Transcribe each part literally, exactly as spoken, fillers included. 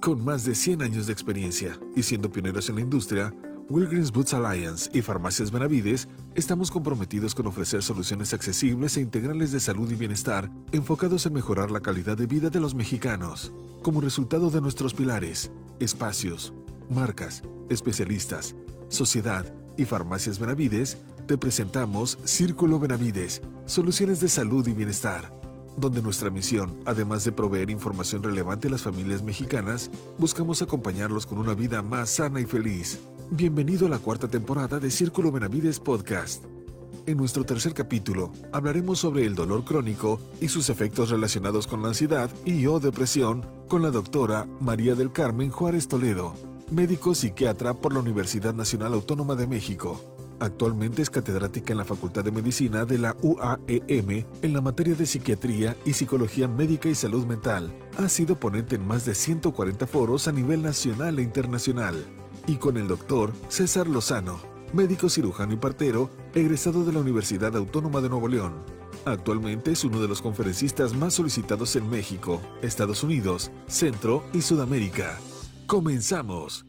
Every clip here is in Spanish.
Con más de cien años de experiencia y siendo pioneros en la industria, Walgreens Boots Alliance y Farmacias Benavides estamos comprometidos con ofrecer soluciones accesibles e integrales de salud y bienestar enfocados en mejorar la calidad de vida de los mexicanos. Como resultado de nuestros pilares, espacios, marcas, especialistas, sociedad y Farmacias Benavides, te presentamos Círculo Benavides, soluciones de salud y bienestar, donde nuestra misión, además de proveer información relevante a las familias mexicanas, buscamos acompañarlos con una vida más sana y feliz. Bienvenido a la cuarta temporada de Círculo Benavides Podcast. En nuestro tercer capítulo, hablaremos sobre el dolor crónico y sus efectos relacionados con la ansiedad y o depresión con la doctora María del Carmen Juárez Toledo, médico psiquiatra por la Universidad Nacional Autónoma de México. Actualmente es catedrática en la Facultad de Medicina de la U A E M en la materia de Psiquiatría y Psicología Médica y Salud Mental. Ha sido ponente en más de ciento cuarenta foros a nivel nacional e internacional. Y con el doctor César Lozano, médico cirujano y partero, egresado de la Universidad Autónoma de Nuevo León. Actualmente es uno de los conferencistas más solicitados en México, Estados Unidos, Centro y Sudamérica. ¡Comenzamos!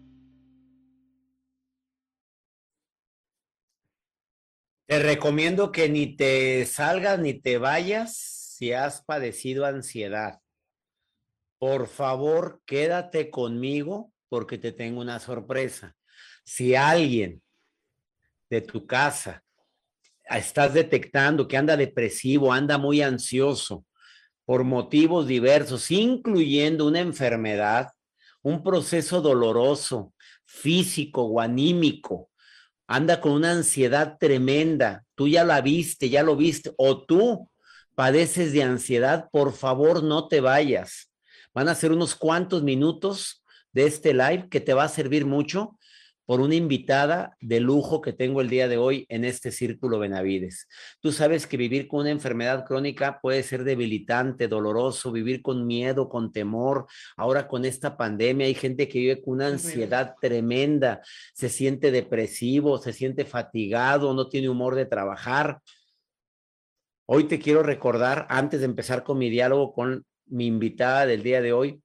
Te recomiendo que ni te salgas ni te vayas si has padecido ansiedad. Por favor, quédate conmigo porque te tengo una sorpresa. Si alguien de tu casa estás detectando que anda depresivo, anda muy ansioso por motivos diversos, incluyendo una enfermedad, un proceso doloroso, físico o anímico, anda con una ansiedad tremenda, tú ya la viste, ya lo viste, o tú padeces de ansiedad, por favor no te vayas. Van a ser unos cuantos minutos de este live que te va a servir mucho por una invitada de lujo que tengo el día de hoy en este Círculo Benavides. Tú sabes que vivir con una enfermedad crónica puede ser debilitante, doloroso, vivir con miedo, con temor. Ahora con esta pandemia hay gente que vive con una ansiedad tremenda, se siente depresivo, se siente fatigado, no tiene humor de trabajar. Hoy te quiero recordar, antes de empezar con mi diálogo con mi invitada del día de hoy,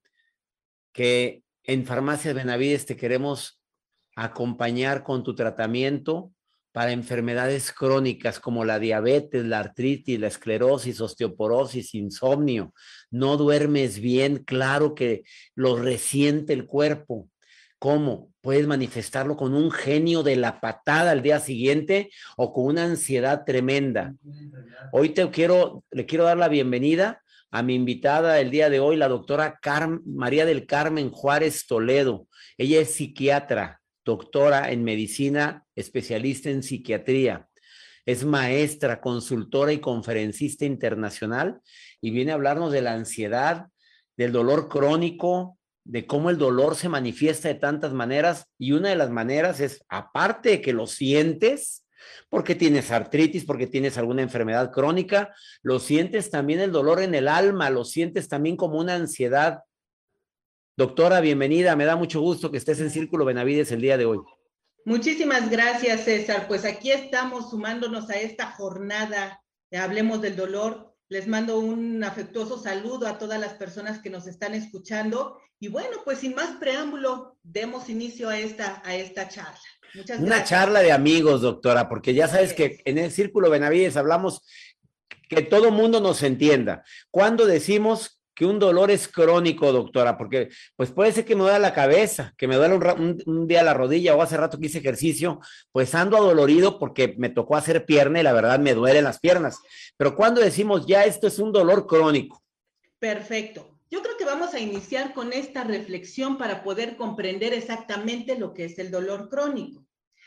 que en Farmacias Benavides te queremos acompañar con tu tratamiento para enfermedades crónicas como la diabetes, la artritis, la esclerosis, osteoporosis, insomnio. No duermes bien, claro que lo resiente el cuerpo. ¿Cómo? Puedes manifestarlo con un genio de la patada al día siguiente o con una ansiedad tremenda. Hoy te quiero, le quiero dar la bienvenida a mi invitada el día de hoy, la doctora Car- María del Carmen Juárez Toledo. Ella es psiquiatra, doctora en medicina, especialista en psiquiatría. Es maestra, consultora y conferencista internacional y viene a hablarnos de la ansiedad, del dolor crónico, de cómo el dolor se manifiesta de tantas maneras, y una de las maneras es, aparte de que lo sientes, porque tienes artritis, porque tienes alguna enfermedad crónica, lo sientes también el dolor en el alma, lo sientes también como una ansiedad. Doctora, bienvenida, me da mucho gusto que estés en Círculo Benavides el día de hoy. Muchísimas gracias, César. Pues aquí estamos sumándonos a esta jornada de Hablemos del Dolor. Les mando un afectuoso saludo a todas las personas que nos están escuchando. Y bueno, pues sin más preámbulo, demos inicio a esta, a esta charla. Muchas Una gracias. charla de amigos, doctora, porque ya sabes que en el Círculo Benavides hablamos que todo mundo nos entienda. ¿Cuándo decimos que un dolor es crónico, doctora? Porque pues puede ser que me duela la cabeza, que me duele un, un, un día la rodilla, o hace rato que hice ejercicio, pues ando adolorido porque me tocó hacer pierna y la verdad me duelen las piernas. Pero ¿cuándo decimos ya esto es un dolor crónico? Perfecto. Yo creo que vamos a iniciar con esta reflexión para poder comprender exactamente lo que es el dolor crónico.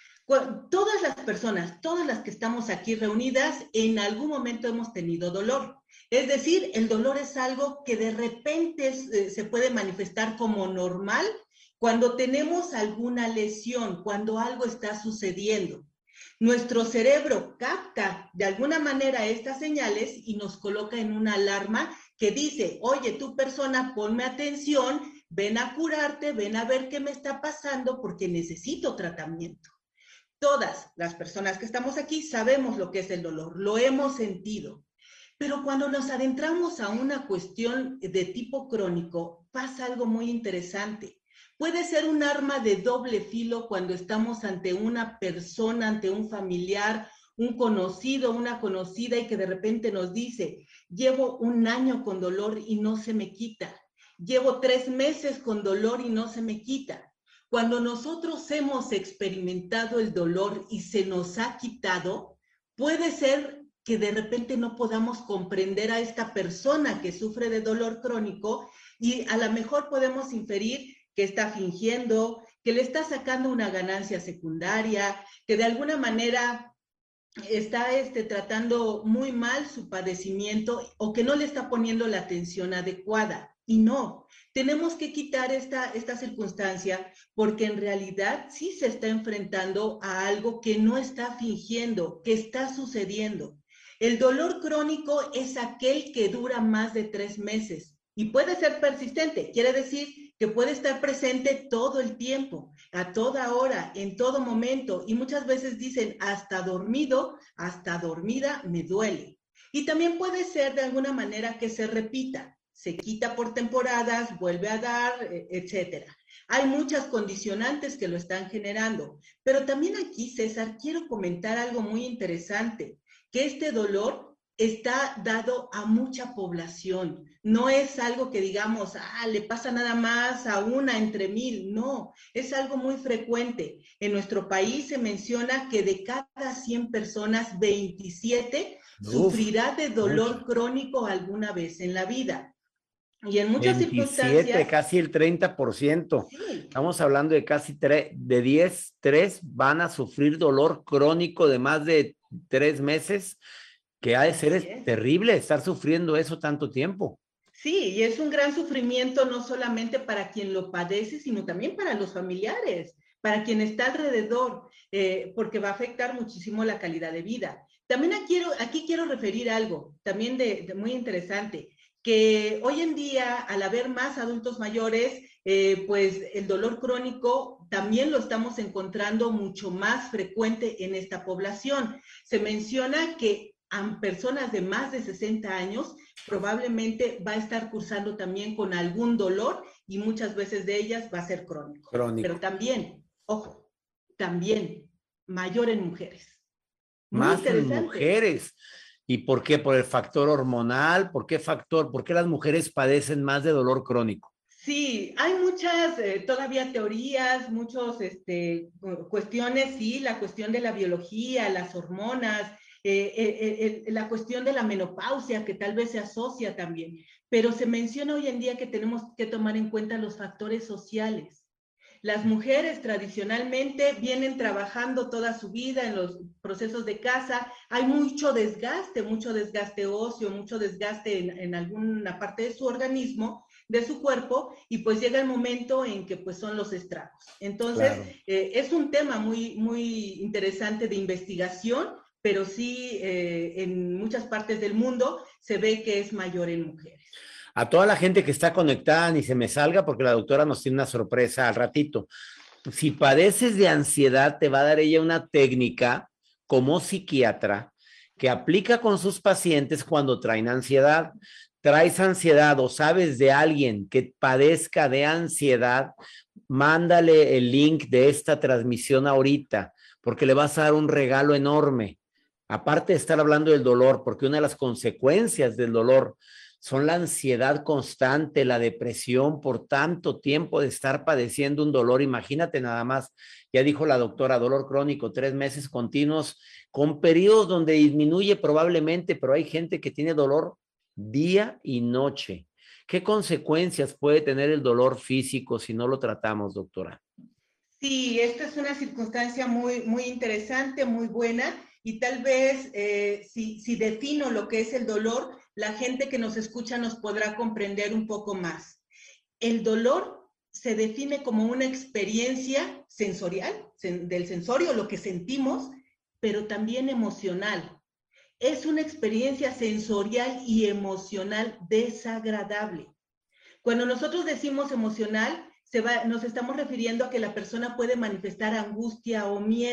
Todas las personas, todas las que estamos aquí reunidas, en algún momento hemos tenido dolor. Es decir, el dolor es algo que de repente eh, se puede manifestar como normal cuando tenemos alguna lesión, cuando algo está sucediendo. Nuestro cerebro capta de alguna manera estas señales y nos coloca en una alarma que dice, oye, tú persona, ponme atención, ven a curarte, ven a ver qué me está pasando porque necesito tratamiento. Todas las personas que estamos aquí sabemos lo que es el dolor, lo hemos sentido. Pero cuando nos adentramos a una cuestión de tipo crónico, pasa algo muy interesante. Puede ser un arma de doble filo cuando estamos ante una persona, ante un familiar, un conocido, una conocida, y que de repente nos dice, llevo un año con dolor y no se me quita. Llevo tres meses con dolor y no se me quita. Cuando nosotros hemos experimentado el dolor y se nos ha quitado, puede ser que de repente no podamos comprender a esta persona que sufre de dolor crónico y a lo mejor podemos inferir que está fingiendo, que le está sacando una ganancia secundaria, que de alguna manera está este, tratando muy mal su padecimiento o que no le está poniendo la atención adecuada. Y no, tenemos que quitar esta, esta circunstancia porque en realidad sí se está enfrentando a algo que no está fingiendo, que está sucediendo. El dolor crónico es aquel que dura más de tres meses y puede ser persistente. Quiere decir que puede estar presente todo el tiempo, a toda hora, en todo momento. Y muchas veces dicen, hasta dormido, hasta dormida me duele. Y también puede ser de alguna manera que se repita, se quita por temporadas, vuelve a dar, etcétera. Hay muchas condicionantes que lo están generando. Pero también aquí, César, quiero comentar algo muy interesante, que este dolor está dado a mucha población. No es algo que digamos, ah, le pasa nada más a una entre mil. No, es algo muy frecuente. En nuestro país se menciona que de cada cien personas, veintisiete Uf, sufrirá de dolor mucho. crónico alguna vez en la vida. Y en muchas veintisiete, circunstancias... casi el treinta por ciento. Sí. Estamos hablando de casi tres, de diez, tres van a sufrir dolor crónico de más de tres meses, que ha de ser es terrible estar sufriendo eso tanto tiempo. Sí, y es un gran sufrimiento no solamente para quien lo padece, sino también para los familiares, para quien está alrededor, eh, porque va a afectar muchísimo la calidad de vida. También aquí quiero, aquí quiero referir algo, también de, de muy interesante, que hoy en día, al haber más adultos mayores, eh, pues el dolor crónico también lo estamos encontrando mucho más frecuente en esta población. Se menciona que a personas de más de sesenta años probablemente va a estar cursando también con algún dolor y muchas veces de ellas va a ser crónico. Crónico. Pero también, ojo, también mayor en mujeres. Muy Más en mujeres. ¿Y por qué? ¿Por el factor hormonal? ¿Por qué factor? ¿Por qué las mujeres padecen más de dolor crónico? Sí, hay muchas eh, todavía teorías, muchas este, cuestiones, sí, la cuestión de la biología, las hormonas, eh, eh, eh, la cuestión de la menopausia, que tal vez se asocia también, pero se menciona hoy en día que tenemos que tomar en cuenta los factores sociales. Las mujeres tradicionalmente vienen trabajando toda su vida en los procesos de casa, hay mucho desgaste, mucho desgaste óseo, mucho desgaste en, en alguna parte de su organismo, de su cuerpo, y pues llega el momento en que pues son los estragos. Entonces, claro. eh, es un tema muy, muy interesante de investigación, pero sí eh, en muchas partes del mundo se ve que es mayor en mujeres. A toda la gente que está conectada, ni se me salga porque la doctora nos tiene una sorpresa al ratito. Si padeces de ansiedad, te va a dar ella una técnica como psiquiatra que aplica con sus pacientes cuando traen ansiedad. Traes ansiedad o sabes de alguien que padezca de ansiedad, mándale el link de esta transmisión ahorita, porque le vas a dar un regalo enorme. Aparte de estar hablando del dolor, porque una de las consecuencias del dolor son la ansiedad constante, la depresión por tanto tiempo de estar padeciendo un dolor. Imagínate nada más, ya dijo la doctora, dolor crónico, tres meses continuos, con periodos donde disminuye probablemente, pero hay gente que tiene dolor día y noche. ¿Qué consecuencias puede tener el dolor físico si no lo tratamos, doctora? Sí, esta es una circunstancia muy, muy interesante, muy buena, y tal vez eh, si, si defino lo que es el dolor, la gente que nos escucha nos podrá comprender un poco más. El dolor se define como una experiencia sensorial, sen, del sensorio, lo que sentimos, pero también emocional. Es una experiencia sensorial y emocional desagradable. Cuando nosotros decimos emocional, se va, nos estamos refiriendo a que la persona puede manifestar angustia o miedo.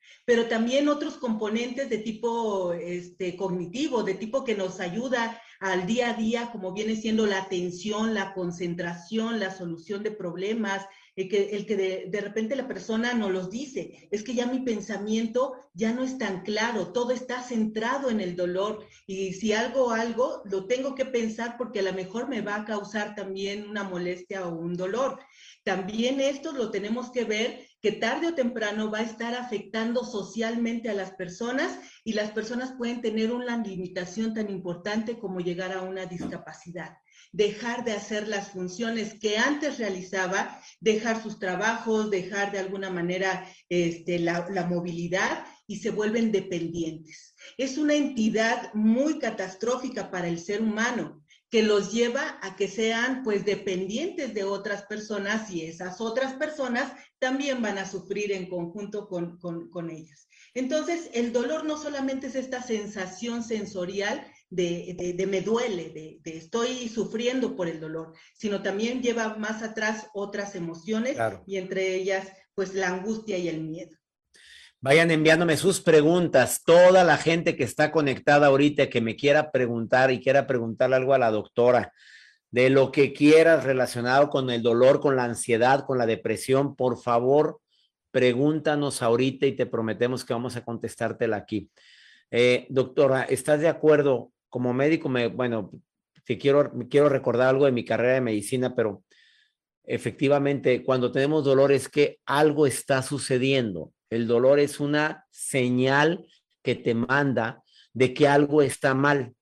pero también otros componentes de tipo este, cognitivo, de tipo que nos ayuda al día a día, como viene siendo la atención, la concentración, la solución de problemas, el que, el que de, de repente la persona nos los dice, es que ya mi pensamiento ya no es tan claro, todo está centrado en el dolor, y si algo, algo, lo tengo que pensar porque a lo mejor me va a causar también una molestia o un dolor. También esto lo tenemos que ver, que tarde o temprano va a estar afectando socialmente a las personas, y las personas pueden tener una limitación tan importante como llegar a una discapacidad. Dejar de hacer las funciones que antes realizaba, dejar sus trabajos, dejar de alguna manera este, la, la movilidad, y se vuelven dependientes. Es una entidad muy catastrófica para el ser humano, que los lleva a que sean pues dependientes de otras personas, y esas otras personas también van a sufrir en conjunto con, con, con ellas. Entonces, el dolor no solamente es esta sensación sensorial de, de, de me duele, de, de estoy sufriendo por el dolor, sino también lleva más atrás otras emociones, claro, y entre ellas pues la angustia y el miedo. Vayan enviándome sus preguntas. Toda la gente que está conectada ahorita, que me quiera preguntar y quiera preguntarle algo a la doctora, de lo que quieras relacionado con el dolor, con la ansiedad, con la depresión, por favor, pregúntanos ahorita y te prometemos que vamos a contestártela aquí. Eh, doctora, ¿estás de acuerdo? Como médico, me, bueno, te quiero, quiero recordar algo de mi carrera de medicina, pero efectivamente, cuando tenemos dolor es que algo está sucediendo. El dolor es una señal que te manda de que algo está mal.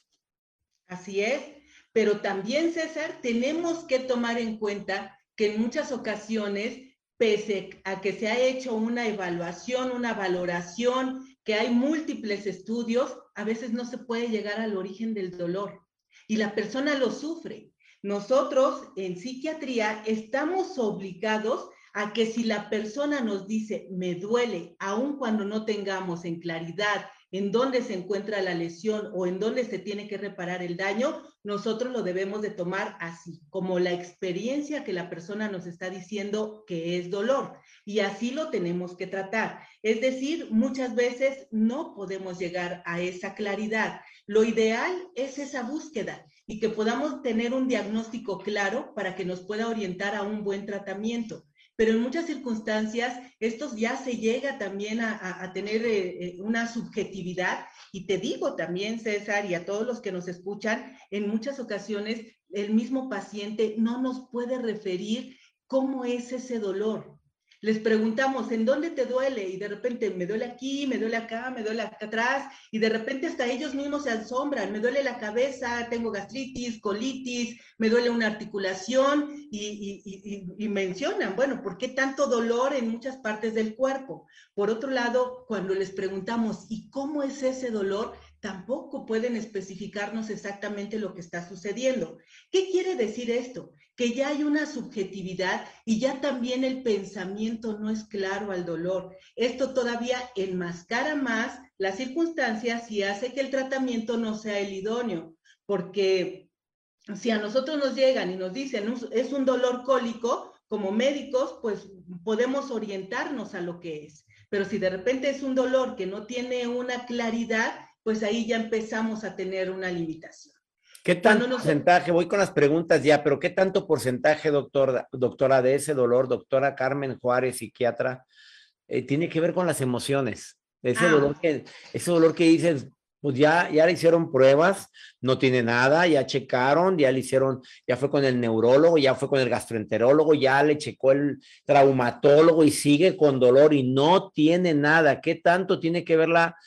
Así es, pero también, César, tenemos que tomar en cuenta que en muchas ocasiones, pese a que se ha hecho una evaluación, una valoración, que hay múltiples estudios, a veces no se puede llegar al origen del dolor y la persona lo sufre. Nosotros en psiquiatría estamos obligados a que si la persona nos dice me duele, aun cuando no tengamos en claridad en dónde se encuentra la lesión o en dónde se tiene que reparar el daño, nosotros lo debemos de tomar así, como la experiencia que la persona nos está diciendo que es dolor, y así lo tenemos que tratar. Es decir, muchas veces no podemos llegar a esa claridad. Lo ideal es esa búsqueda y que podamos tener un diagnóstico claro para que nos pueda orientar a un buen tratamiento. Pero en muchas circunstancias esto ya se llega también a, a, a tener eh, una subjetividad, y te digo también, César, y a todos los que nos escuchan, en muchas ocasiones el mismo paciente no nos puede referir cómo es ese dolor. Les preguntamos, ¿en dónde te duele? Y de repente, me duele aquí, me duele acá, me duele acá atrás, y de repente hasta ellos mismos se asombran, me duele la cabeza, tengo gastritis, colitis, me duele una articulación, y, y, y, y mencionan, bueno, ¿por qué tanto dolor en muchas partes del cuerpo? Por otro lado, cuando les preguntamos, ¿y cómo es ese dolor?, tampoco pueden especificarnos exactamente lo que está sucediendo. ¿Qué quiere decir esto? Que ya hay una subjetividad y ya también el pensamiento no es claro al dolor. Esto todavía enmascara más las circunstancias y hace que el tratamiento no sea el idóneo, porque si a nosotros nos llegan y nos dicen es un dolor cólico, como médicos, pues podemos orientarnos a lo que es. Pero si de repente es un dolor que no tiene una claridad, pues ahí ya empezamos a tener una limitación. ¿Qué tanto nos... porcentaje, voy con las preguntas ya, pero qué tanto porcentaje, doctor, doctora, de ese dolor, doctora Carmen Juárez, psiquiatra, eh, tiene que ver con las emociones? Ese, ah. dolor, que, ese dolor que dices, pues ya, ya le hicieron pruebas, no tiene nada, ya checaron, ya le hicieron, ya fue con el neurólogo, ya fue con el gastroenterólogo, ya le checó el traumatólogo y sigue con dolor y no tiene nada. ¿Qué tanto tiene que ver la,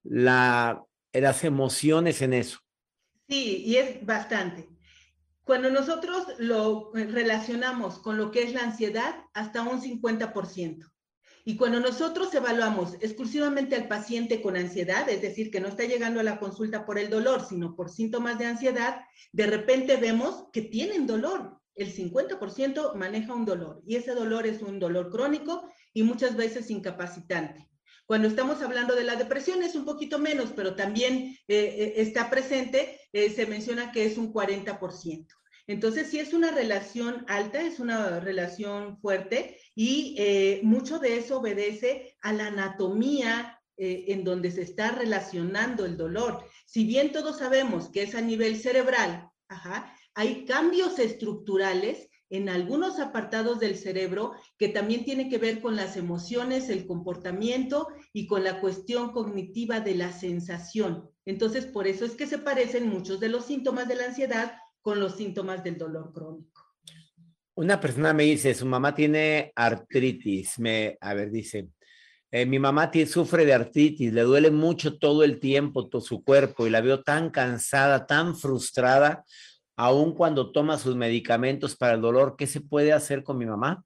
la, las emociones en eso? Sí, y es bastante. Cuando nosotros lo relacionamos con lo que es la ansiedad, hasta un cincuenta por ciento. Y cuando nosotros evaluamos exclusivamente al paciente con ansiedad, es decir, que no está llegando a la consulta por el dolor, sino por síntomas de ansiedad, de repente vemos que tienen dolor. El cincuenta por ciento maneja un dolor, y ese dolor es un dolor crónico y muchas veces incapacitante. Cuando estamos hablando de la depresión es un poquito menos, pero también eh, está presente, eh, se menciona que es un cuarenta por ciento. Entonces, sí es una relación alta, es una relación fuerte y eh, mucho de eso obedece a la anatomía eh, en donde se está relacionando el dolor. Si bien todos sabemos que es a nivel cerebral, ajá, hay cambios estructurales en algunos apartados del cerebro que también tiene que ver con las emociones, el comportamiento y con la cuestión cognitiva de la sensación. Entonces, por eso es que se parecen muchos de los síntomas de la ansiedad con los síntomas del dolor crónico. Una persona me dice, su mamá tiene artritis. Me, a ver, dice, eh, mi mamá tiene, sufre de artritis, le duele mucho todo el tiempo todo su cuerpo y la veo tan cansada, tan frustrada, aun cuando toma sus medicamentos para el dolor. ¿Qué se puede hacer con mi mamá?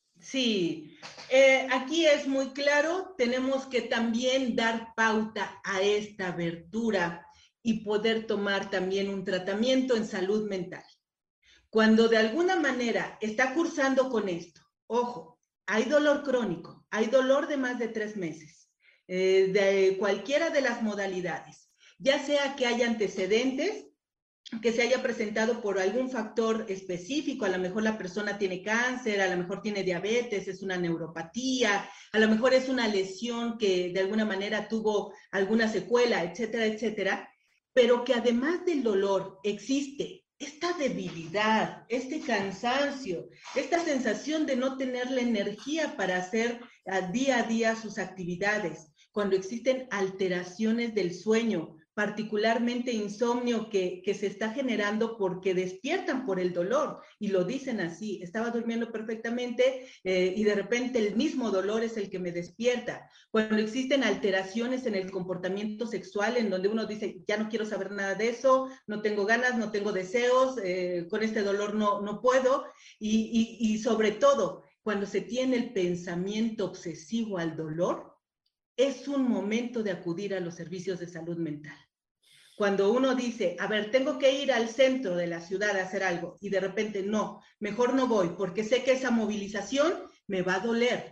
Sí, eh, aquí es muy claro, tenemos que también dar pauta a esta abertura y poder tomar también un tratamiento en salud mental. Cuando de alguna manera está cursando con esto, ojo, hay dolor crónico, hay dolor de más de tres meses, eh, de cualquiera de las modalidades, ya sea que haya antecedentes, que se haya presentado por algún factor específico, a lo mejor la persona tiene cáncer, a lo mejor tiene diabetes, es una neuropatía, a lo mejor es una lesión que de alguna manera tuvo alguna secuela, etcétera, etcétera, pero que además del dolor existe esta debilidad, este cansancio, esta sensación de no tener la energía para hacer día a día sus actividades, cuando existen alteraciones del sueño, particularmente insomnio que, que se está generando porque despiertan por el dolor y lo dicen así, estaba durmiendo perfectamente eh, y de repente el mismo dolor es el que me despierta. Cuando existen alteraciones en el comportamiento sexual en donde uno dice, ya no quiero saber nada de eso, no tengo ganas, no tengo deseos, eh, con este dolor no, no puedo y, y, y sobre todo cuando se tiene el pensamiento obsesivo al dolor, es un momento de acudir a los servicios de salud mental. Cuando uno dice, a ver, tengo que ir al centro de la ciudad a hacer algo y de repente no, mejor no voy porque sé que esa movilización me va a doler.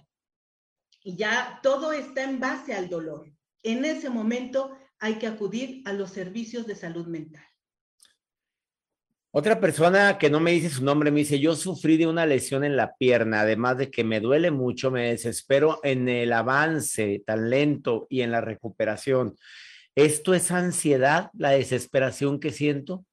Y ya todo está en base al dolor. En ese momento hay que acudir a los servicios de salud mental. Otra persona que no me dice su nombre me dice, yo sufrí de una lesión en la pierna, además de que me duele mucho, me desespero en el avance tan lento y en la recuperación. ¿Esto es ansiedad, la desesperación que siento?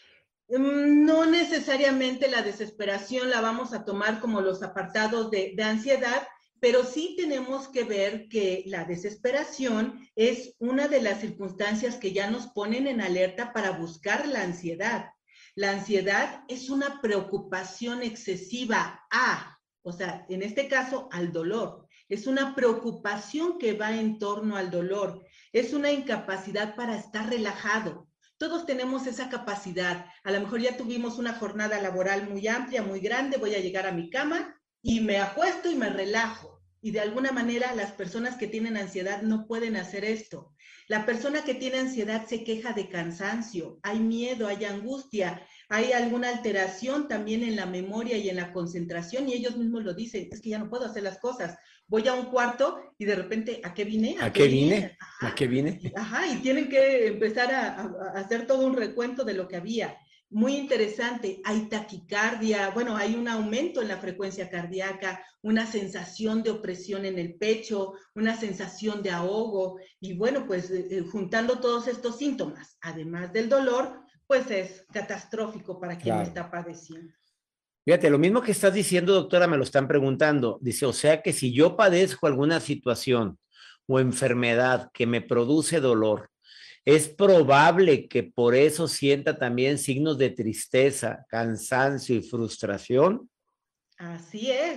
No necesariamente la desesperación la vamos a tomar como los apartados de, de ansiedad, pero sí tenemos que ver que la desesperación es una de las circunstancias que ya nos ponen en alerta para buscar la ansiedad. La ansiedad es una preocupación excesiva a, o sea, en este caso, al dolor. Es una preocupación que va en torno al dolor. Es una incapacidad para estar relajado. Todos tenemos esa capacidad. A lo mejor ya tuvimos una jornada laboral muy amplia, muy grande, voy a llegar a mi cama y me acuesto y me relajo. Y de alguna manera las personas que tienen ansiedad no pueden hacer esto. La persona que tiene ansiedad se queja de cansancio, hay miedo, hay angustia, hay alguna alteración también en la memoria y en la concentración y ellos mismos lo dicen, es que ya no puedo hacer las cosas. Voy a un cuarto y de repente, ¿a qué vine? ¿A, ¿A qué vine? vine? ¿A qué vine? Ajá, y tienen que empezar a, a hacer todo un recuento de lo que había. Muy interesante, hay taquicardia, bueno, hay un aumento en la frecuencia cardíaca, una sensación de opresión en el pecho, una sensación de ahogo, y bueno, pues eh, juntando todos estos síntomas, además del dolor, pues es catastrófico para quien claro. Lo está padeciendo. Fíjate, lo mismo que estás diciendo, doctora, me lo están preguntando. Dice, o sea que si yo padezco alguna situación o enfermedad que me produce dolor, es probable que por eso sienta también signos de tristeza, cansancio y frustración. Así es.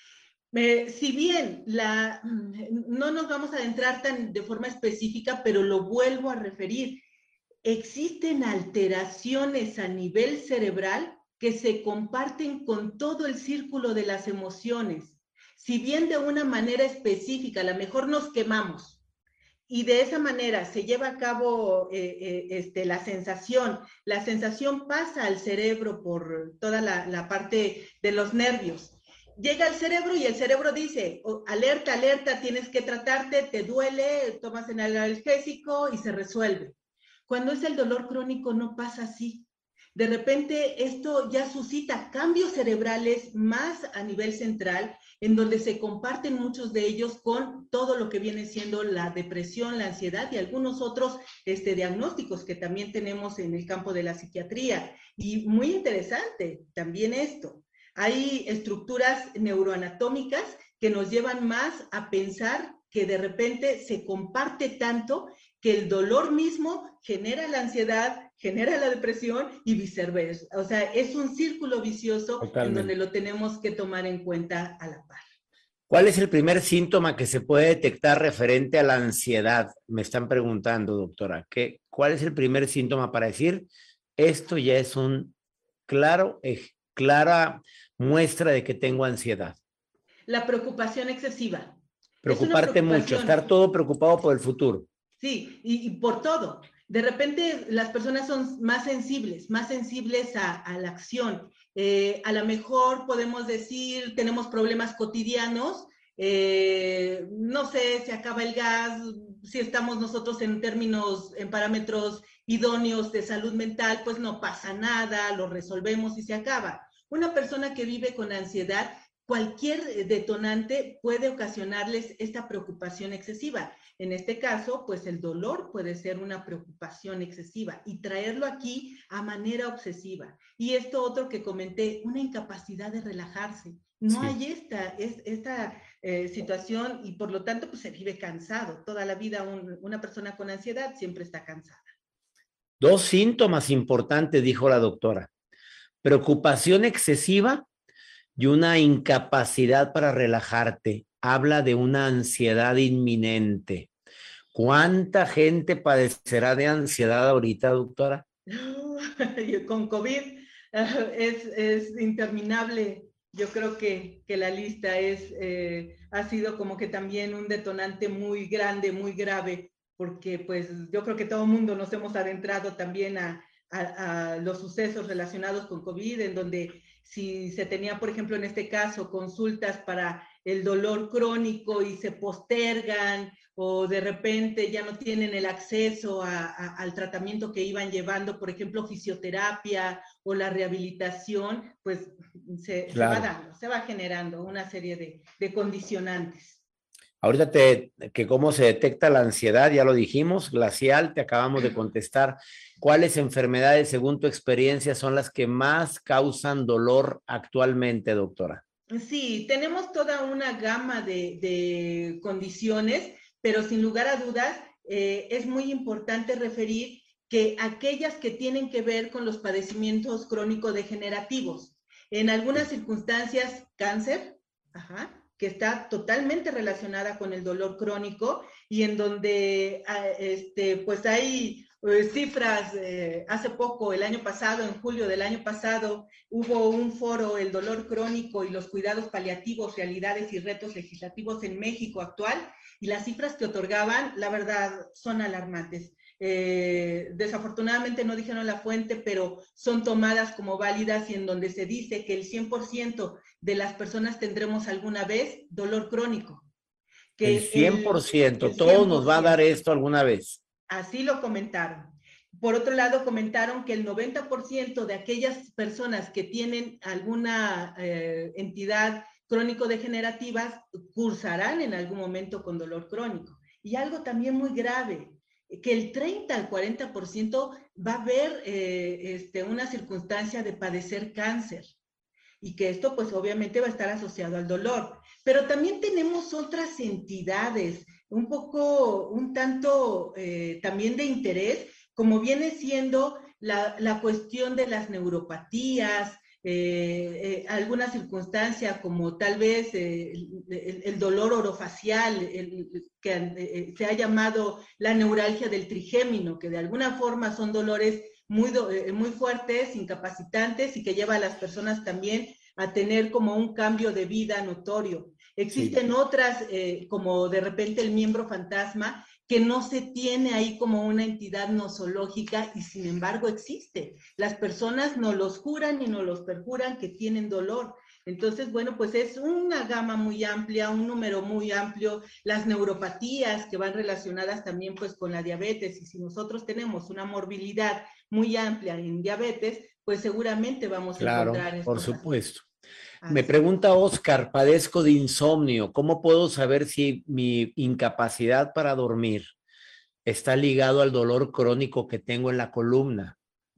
Eh, si bien la, no nos vamos a adentrar tan de forma específica, pero lo vuelvo a referir, existen alteraciones a nivel cerebral que se comparten con todo el círculo de las emociones. Si bien de una manera específica, a lo mejor nos quemamos, y de esa manera se lleva a cabo eh, eh, este, la sensación. La sensación pasa al cerebro por toda la, la parte de los nervios. Llega al cerebro y el cerebro dice, oh, alerta, alerta, tienes que tratarte, te duele, tomas el analgésico y se resuelve. Cuando es el dolor crónico no pasa así. de repente esto ya suscita cambios cerebrales más a nivel central, en donde se comparten muchos de ellos con todo lo que viene siendo la depresión, la ansiedad y algunos otros este, diagnósticos que también tenemos en el campo de la psiquiatría. Y muy interesante también esto. Hay estructuras neuroanatómicas que nos llevan más a pensar que de repente se comparte tanto que el dolor mismo genera la ansiedad, genera la depresión y viceversa. O sea, es un círculo vicioso. Totalmente. En donde lo tenemos que tomar en cuenta a la par. ¿Cuál es el primer síntoma que se puede detectar referente a la ansiedad? Me están preguntando, doctora. ¿Qué, ¿Cuál es el primer síntoma para decir esto ya es un claro, eh, clara muestra de que tengo ansiedad? La preocupación excesiva. Preocuparte mucho, estar todo preocupado por el futuro. Sí, y, y por todo. De repente las personas son más sensibles, más sensibles a, a la acción. Eh, a lo mejor podemos decir, tenemos problemas cotidianos, eh, no sé, se acaba el gas, si estamos nosotros en términos, en parámetros idóneos de salud mental, pues no pasa nada, lo resolvemos y se acaba. Una persona que vive con ansiedad, cualquier detonante puede ocasionarles esta preocupación excesiva. En este caso, pues el dolor puede ser una preocupación excesiva y traerlo aquí a manera obsesiva. Y esto otro que comenté, una incapacidad de relajarse. No sí. hay esta, es, esta eh, situación y por lo tanto pues se vive cansado. Toda la vida un, una persona con ansiedad siempre está cansada. Dos síntomas importantes, dijo la doctora. Preocupación excesiva y una incapacidad para relajarte. Habla de una ansiedad inminente. ¿Cuánta gente padecerá de ansiedad ahorita, doctora? Con COVID es, es interminable. Yo creo que, que la lista es, eh, ha sido como que también un detonante muy grande, muy grave, porque pues yo creo que todo el mundo nos hemos adentrado también a, a, a los sucesos relacionados con COVID, en donde si se tenía, por ejemplo, en este caso, consultas para el dolor crónico y se postergan o de repente ya no tienen el acceso a, a, al tratamiento que iban llevando, por ejemplo, fisioterapia o la rehabilitación, pues se, claro. se va dando, se va generando una serie de, de condicionantes. Ahorita te, que cómo se detecta la ansiedad, ya lo dijimos, glacial, te acabamos de contestar. ¿Cuáles enfermedades, según tu experiencia, son las que más causan dolor actualmente, doctora? Sí, tenemos toda una gama de, de condiciones, pero sin lugar a dudas eh, es muy importante referir que aquellas que tienen que ver con los padecimientos crónico-degenerativos, en algunas circunstancias cáncer, ajá, que está totalmente relacionada con el dolor crónico y en donde este, pues hay eh, cifras, eh, hace poco, el año pasado, en julio del año pasado, hubo un foro, el dolor crónico y los cuidados paliativos, realidades y retos legislativos en México actual, y las cifras que otorgaban, la verdad, son alarmantes. Eh, desafortunadamente no dijeron la fuente, pero son tomadas como válidas y en donde se dice que el cien por ciento de las personas tendremos alguna vez dolor crónico. Que el cien por ciento, el, todos nos va a dar esto alguna vez. Así lo comentaron. Por otro lado, comentaron que el noventa por ciento de aquellas personas que tienen alguna eh, entidad crónico-degenerativa cursarán en algún momento con dolor crónico. Y algo también muy grave, que el treinta al cuarenta por ciento va a haber eh, este, una circunstancia de padecer cáncer y que esto pues obviamente va a estar asociado al dolor. Pero también tenemos otras entidades, un poco, un tanto eh, también de interés, como viene siendo la, la cuestión de las neuropatías, eh, eh, alguna circunstancia como tal vez eh, el, el dolor orofacial, el, que eh, se ha llamado la neuralgia del trigémino, que de alguna forma son dolores muy, eh, muy fuertes, incapacitantes y que lleva a las personas también a tener como un cambio de vida notorio. Existen sí. otras, eh, como de repente el miembro fantasma, que no se tiene ahí como una entidad nosológica y sin embargo existe. Las personas no los juran y no los perjuran que tienen dolor. Entonces, bueno, pues es una gama muy amplia, un número muy amplio, las neuropatías que van relacionadas también pues con la diabetes, y si nosotros tenemos una morbilidad muy amplia en diabetes, pues seguramente vamos a Claro, encontrar por estos supuesto. aspectos. Me Así. pregunta Oscar, padezco de insomnio. ¿Cómo puedo saber si mi incapacidad para dormir está ligado al dolor crónico que tengo en la columna?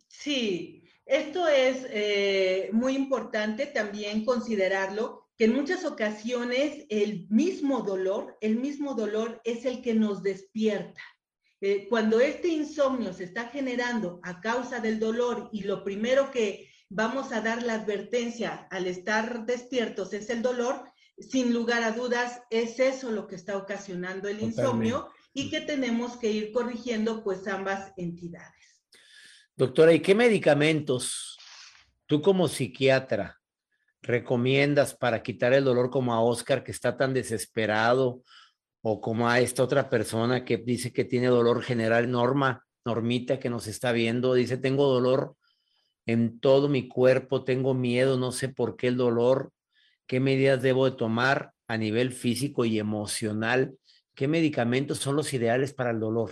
Sí, esto es eh, muy importante también considerarlo, que en muchas ocasiones el mismo dolor, el mismo dolor es el que nos despierta. Eh, cuando este insomnio se está generando a causa del dolor y lo primero que vamos a dar la advertencia al estar despiertos es el dolor, sin lugar a dudas es eso lo que está ocasionando el Totalmente. insomnio y que tenemos que ir corrigiendo pues ambas entidades. Doctora, ¿y qué medicamentos tú como psiquiatra recomiendas para quitar el dolor como a Oscar que está tan desesperado o como a esta otra persona que dice que tiene dolor general? Norma, Normita que nos está viendo, dice, tengo dolor en todo mi cuerpo, tengo miedo, no sé por qué el dolor, qué medidas debo de tomar a nivel físico y emocional, qué medicamentos son los ideales para el dolor.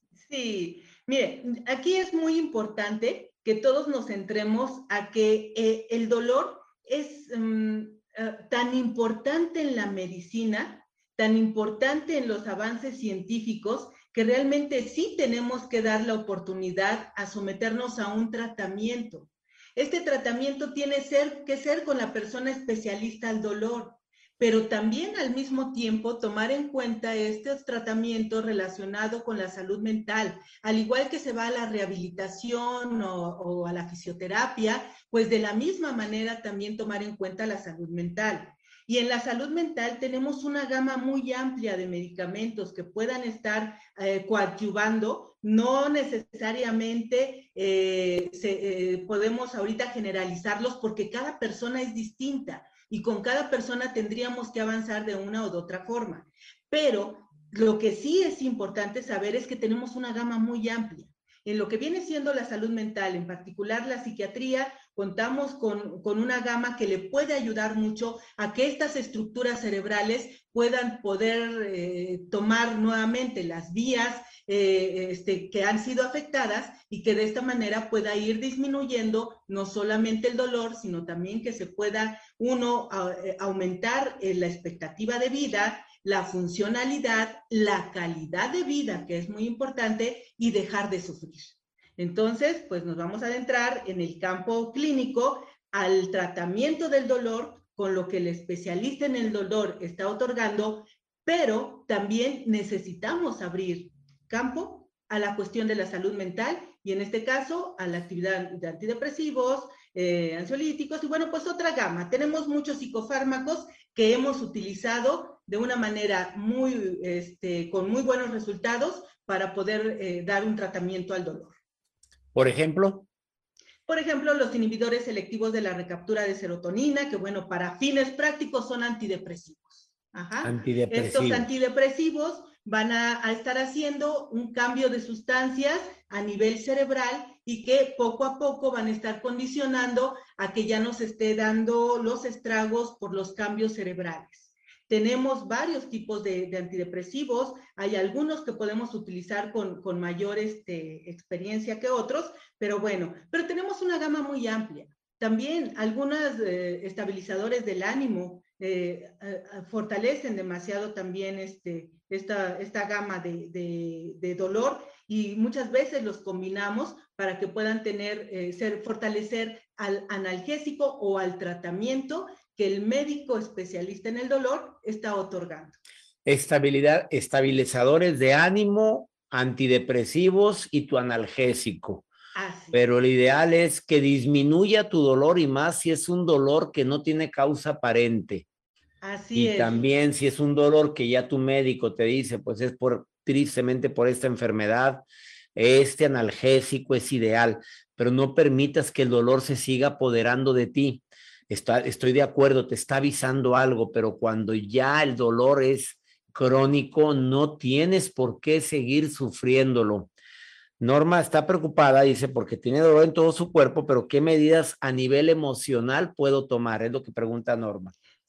Sí, mire, aquí es muy importante que todos nos centremos a que eh, el dolor es um, uh, tan importante en la medicina, tan importante en los avances científicos, que realmente sí tenemos que dar la oportunidad a someternos a un tratamiento. Este tratamiento tiene ser, que ser con la persona especialista al dolor, pero también al mismo tiempo tomar en cuenta estos tratamientos relacionados con la salud mental, al igual que se va a la rehabilitación o, o a la fisioterapia, pues de la misma manera también tomar en cuenta la salud mental. Y en la salud mental tenemos una gama muy amplia de medicamentos que puedan estar eh, coadyuvando, no necesariamente eh, se, eh, podemos ahorita generalizarlos porque cada persona es distinta y con cada persona tendríamos que avanzar de una o de otra forma. Pero lo que sí es importante saber es que tenemos una gama muy amplia. En lo que viene siendo la salud mental, en particular la psiquiatría, contamos con, con una gama que le puede ayudar mucho a que estas estructuras cerebrales puedan poder eh, tomar nuevamente las vías eh, este, que han sido afectadas y que de esta manera pueda ir disminuyendo no solamente el dolor, sino también que se pueda uno a, eh, aumentar eh, la expectativa de vida, la funcionalidad, la calidad de vida, que es muy importante, y dejar de sufrir. Entonces, pues nos vamos a adentrar en el campo clínico al tratamiento del dolor con lo que el especialista en el dolor está otorgando, pero también necesitamos abrir campo a la cuestión de la salud mental y en este caso a la actividad de antidepresivos, eh, ansiolíticos y bueno, pues otra gama. Tenemos muchos psicofármacos que hemos utilizado de una manera muy, este, con muy buenos resultados para poder eh, dar un tratamiento al dolor. Por ejemplo, Por ejemplo, los inhibidores selectivos de la recaptura de serotonina, que bueno, para fines prácticos son antidepresivos. Ajá. Estos antidepresivos. antidepresivos van a, a estar haciendo un cambio de sustancias a nivel cerebral y que poco a poco van a estar condicionando a que ya nos esté dando los estragos por los cambios cerebrales. Tenemos varios tipos de, de antidepresivos, hay algunos que podemos utilizar con, con mayor este, experiencia que otros, pero bueno, pero tenemos una gama muy amplia. También algunos eh, estabilizadores del ánimo eh, eh, fortalecen demasiado también este, esta, esta gama de, de, de dolor y muchas veces los combinamos para que puedan tener, eh, ser, fortalecer al analgésico o al tratamiento que el médico especialista en el dolor está otorgando. Estabilidad, estabilizadores de ánimo, antidepresivos y tu analgésico. Así Pero es. lo ideal es que disminuya tu dolor y más si es un dolor que no tiene causa aparente. Así Y es. también si es un dolor que ya tu médico te dice, pues es por tristemente por esta enfermedad, este analgésico es ideal, pero no permitas que el dolor se siga apoderando de ti. Está, estoy de acuerdo, te está avisando algo, pero cuando ya el dolor es crónico, no tienes por qué seguir sufriéndolo. Norma está preocupada, dice, porque tiene dolor en todo su cuerpo, pero ¿qué medidas a nivel emocional puedo tomar? Es lo que pregunta Norma.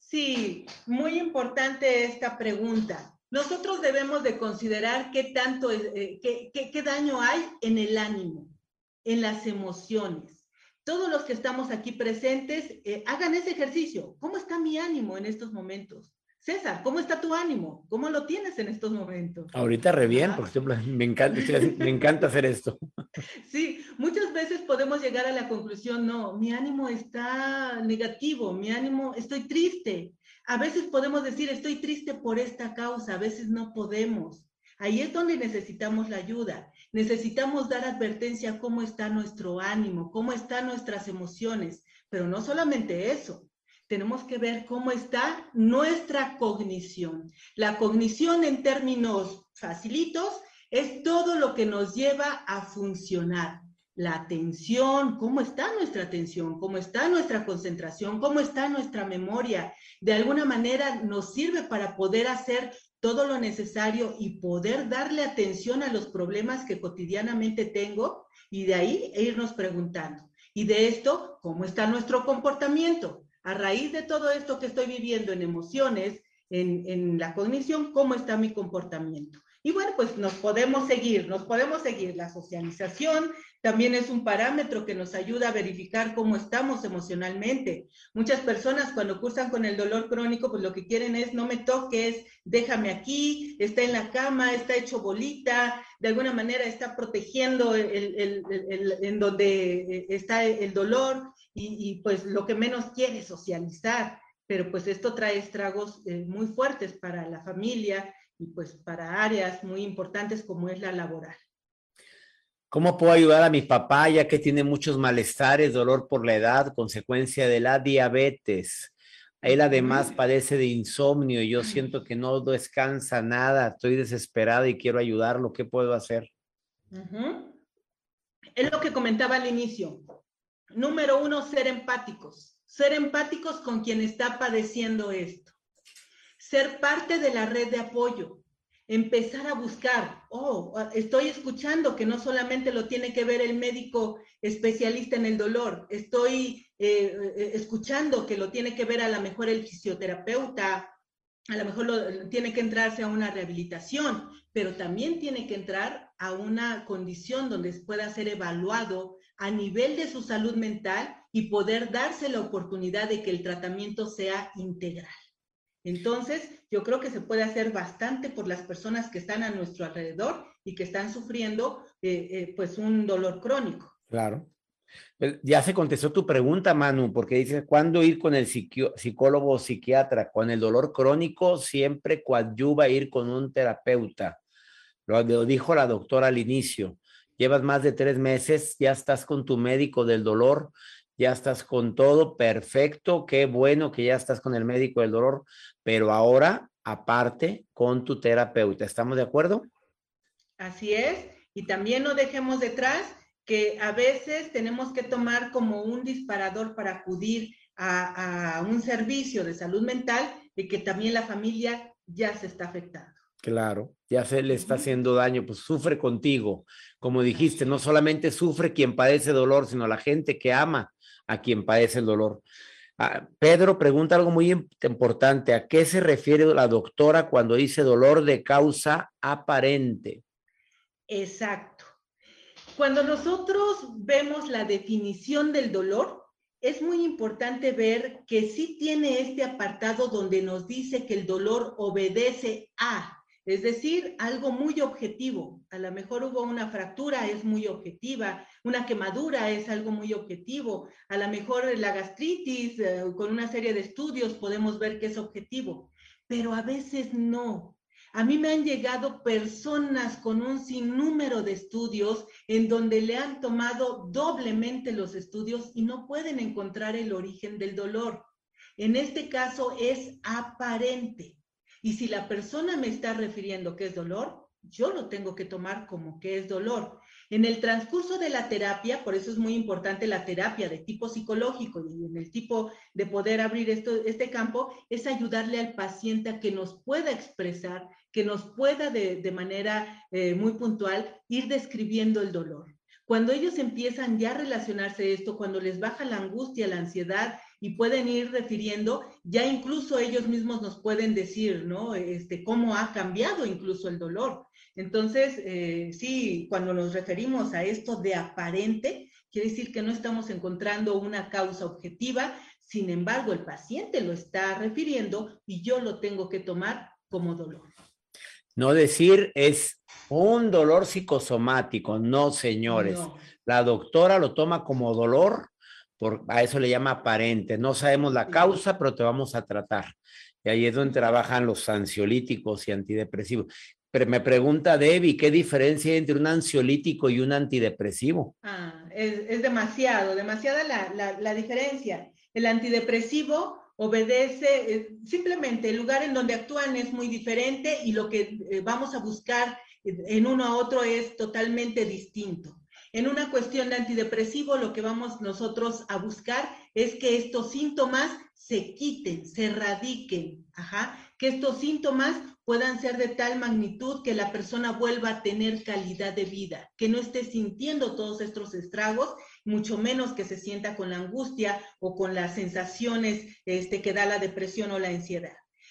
Sí, muy importante esta pregunta. Nosotros debemos de considerar qué tanto, eh, qué, qué, qué daño hay en el ánimo, en las emociones. todos los que estamos aquí presentes, eh, hagan ese ejercicio. ¿Cómo está mi ánimo en estos momentos? César, ¿cómo está tu ánimo? ¿Cómo lo tienes en estos momentos? Ahorita re bien, Ajá. porque estoy- me encanta, estoy- me encanta hacer esto. Sí, muchas veces podemos llegar a la conclusión, no, mi ánimo está negativo, mi ánimo, estoy triste. A veces podemos decir, estoy triste por esta causa, a veces no podemos. Ahí es donde necesitamos la ayuda. Necesitamos dar advertencia cómo está nuestro ánimo, cómo están nuestras emociones, pero no solamente eso. Tenemos que ver cómo está nuestra cognición. La cognición en términos facilitos es todo lo que nos lleva a funcionar. La atención, cómo está nuestra atención, cómo está nuestra concentración, cómo está nuestra memoria. De alguna manera nos sirve para poder hacer todo lo necesario y poder darle atención a los problemas que cotidianamente tengo y de ahí irnos preguntando. Y de esto, ¿cómo está nuestro comportamiento? A raíz de todo esto que estoy viviendo en emociones, en, en la cognición, ¿cómo está mi comportamiento? Y bueno, pues nos podemos seguir, nos podemos seguir. La socialización también es un parámetro que nos ayuda a verificar cómo estamos emocionalmente. Muchas personas cuando cursan con el dolor crónico, pues lo que quieren es no me toques, déjame aquí, está en la cama, está hecho bolita, de alguna manera está protegiendo el, el, el, el, en donde está el dolor y, y pues lo que menos quiere es socializar. Pero pues esto trae estragos eh, muy fuertes para la familia, y pues para áreas muy importantes como es la laboral. ¿Cómo puedo ayudar a mi papá ya que tiene muchos malestares, dolor por la edad, consecuencia de la diabetes? Él además Uh-huh. padece de insomnio y yo siento que no descansa nada, estoy desesperado y quiero ayudarlo. ¿Qué puedo hacer? Uh-huh. Es lo que comentaba al inicio. Número uno, ser empáticos. Ser empáticos con quien está padeciendo esto. Ser parte de la red de apoyo. Empezar a buscar, oh, estoy escuchando que no solamente lo tiene que ver el médico especialista en el dolor, estoy eh, escuchando que lo tiene que ver a lo mejor el fisioterapeuta, a lo mejor lo, tiene que entrarse a una rehabilitación, pero también tiene que entrar a una condición donde pueda ser evaluado a nivel de su salud mental y poder darse la oportunidad de que el tratamiento sea integral. Entonces, yo creo que se puede hacer bastante por las personas que están a nuestro alrededor y que están sufriendo eh, eh, pues un dolor crónico. Claro. Ya se contestó tu pregunta, Manu, porque dices, ¿cuándo ir con el psicólogo o psiquiatra? Con el dolor crónico siempre coadyuva ir con un terapeuta. Lo, lo dijo la doctora al inicio. Llevas más de tres meses, ya estás con tu médico del dolor, ya estás con todo perfecto, qué bueno que ya estás con el médico del dolor, pero ahora, aparte, con tu terapeuta. ¿Estamos de acuerdo? Así es, y también no dejemos detrás que a veces tenemos que tomar como un disparador para acudir a, a un servicio de salud mental y que también la familia ya se está afectando. Claro, ya se le está haciendo daño, pues sufre contigo. Como dijiste, Así no es. solamente sufre quien padece dolor, sino la gente que ama a quien padece el dolor. Ah, Pedro pregunta algo muy importante. ¿A qué se refiere la doctora cuando dice dolor de causa aparente? Exacto. Cuando nosotros vemos la definición del dolor, es muy importante ver que sí tiene este apartado donde nos dice que el dolor obedece a, es decir, algo muy objetivo. A lo mejor hubo una fractura, es muy objetiva, una quemadura es algo muy objetivo, a lo mejor la gastritis, eh, con una serie de estudios podemos ver que es objetivo, pero a veces no. A mí me han llegado personas con un sinnúmero de estudios en donde le han tomado doblemente los estudios y no pueden encontrar el origen del dolor. En este caso es aparente. Y si la persona me está refiriendo que es dolor, yo lo tengo que tomar como que es dolor. En el transcurso de la terapia, por eso es muy importante la terapia de tipo psicológico y en el tipo de poder abrir esto, este campo, es ayudarle al paciente a que nos pueda expresar, que nos pueda de, de manera eh, muy puntual ir describiendo el dolor. Cuando ellos empiezan ya a relacionarse esto, cuando les baja la angustia, la ansiedad y pueden ir refiriendo, ya incluso ellos mismos nos pueden decir, ¿no? Este, cómo ha cambiado incluso el dolor. Entonces, eh, sí, cuando nos referimos a esto de aparente, quiere decir que no estamos encontrando una causa objetiva, sin embargo, el paciente lo está refiriendo y yo lo tengo que tomar como dolor. No decir es un dolor psicosomático, no, señores. No. La doctora lo toma como dolor, por, a eso le llama aparente. No sabemos la causa, pero te vamos a tratar. Y ahí es donde trabajan los ansiolíticos y antidepresivos. Pero me pregunta Debbie, ¿qué diferencia hay entre un ansiolítico y un antidepresivo? Ah, es, es demasiado, demasiada la, la, la diferencia. El antidepresivo obedece, eh, simplemente el lugar en donde actúan es muy diferente y lo que eh, vamos a buscar en uno a otro es totalmente distinto. En una cuestión de antidepresivo, lo que vamos nosotros a buscar es que estos síntomas se quiten, se erradiquen, ajá, que estos síntomas puedan ser de tal magnitud que la persona vuelva a tener calidad de vida, que no esté sintiendo todos estos estragos, mucho menos que se sienta con la angustia o con las sensaciones este, que da la depresión o la ansiedad.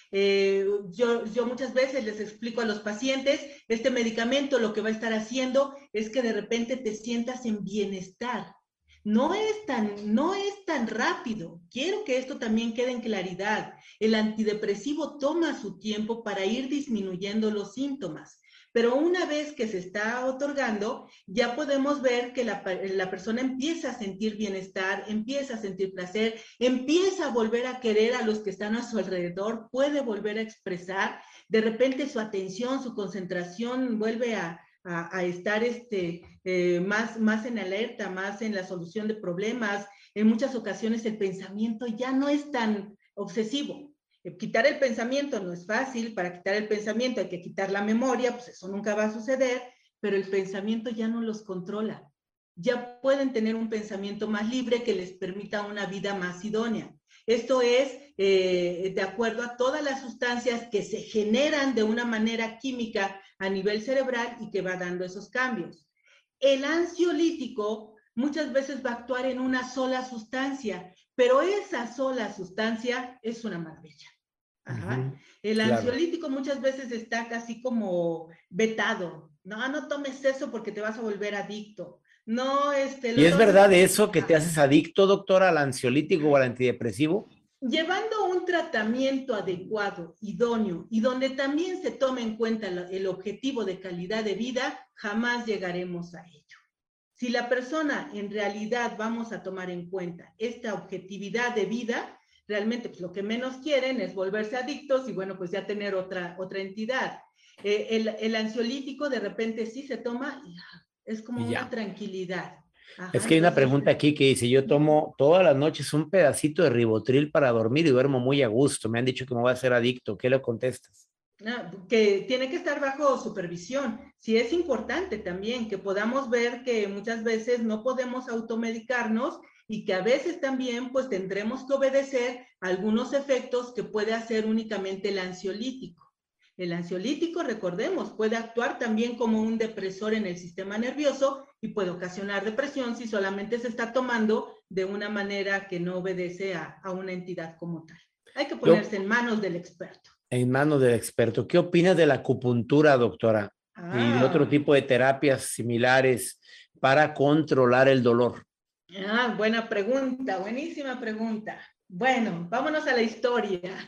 Eh, yo, yo muchas veces les explico a los pacientes, este medicamento lo que va a estar haciendo es que de repente te sientas en bienestar. No es tan, no es tan rápido. Quiero que esto también quede en claridad. El antidepresivo toma su tiempo para ir disminuyendo los síntomas. Pero una vez que se está otorgando, ya podemos ver que la, la persona empieza a sentir bienestar, empieza a sentir placer, empieza a volver a querer a los que están a su alrededor, puede volver a expresar, de repente su atención, su concentración vuelve a, a, a estar este, eh, más, más en alerta, más en la solución de problemas. En muchas ocasiones el pensamiento ya no es tan obsesivo. Quitar el pensamiento no es fácil, para quitar el pensamiento hay que quitar la memoria, pues eso nunca va a suceder, pero el pensamiento ya no los controla. Ya pueden tener un pensamiento más libre que les permita una vida más idónea. Esto es eh, de acuerdo a todas las sustancias que se generan de una manera química a nivel cerebral y que va dando esos cambios. El ansiolítico muchas veces va a actuar en una sola sustancia, pero esa sola sustancia es una maravilla. Ajá. Uh-huh. El ansiolítico claro. Muchas veces está casi como vetado. No, no tomes eso porque te vas a volver adicto. No, este. ¿Y es verdad eso que te haces adicto, doctora, al ansiolítico o al antidepresivo? Llevando un tratamiento adecuado, idóneo, y donde también se tome en cuenta el objetivo de calidad de vida, jamás llegaremos a ello. Si la persona en realidad vamos a tomar en cuenta esta objetividad de vida, realmente pues, lo que menos quieren es volverse adictos y bueno, pues ya tener otra, otra entidad. Eh, el, el ansiolítico de repente sí se toma y es como y una tranquilidad. Ajá, es que hay entonces, una pregunta aquí que dice, yo tomo todas las noches un pedacito de ribotril para dormir y duermo muy a gusto. Me han dicho que me voy a hacer adicto. ¿Qué le contestas? No, que tiene que estar bajo supervisión. Sí es importante también que podamos ver que muchas veces no podemos automedicarnos y que a veces también pues tendremos que obedecer algunos efectos que puede hacer únicamente el ansiolítico. El ansiolítico, recordemos, puede actuar también como un depresor en el sistema nervioso y puede ocasionar depresión si solamente se está tomando de una manera que no obedece a, a una entidad como tal. Hay que ponerse Yo, en manos del experto. En manos del experto. ¿Qué opinas de la acupuntura, doctora? Ah. Y de otro tipo de terapias similares para controlar el dolor. Ah, buena pregunta, buenísima pregunta. Bueno, vámonos a la historia.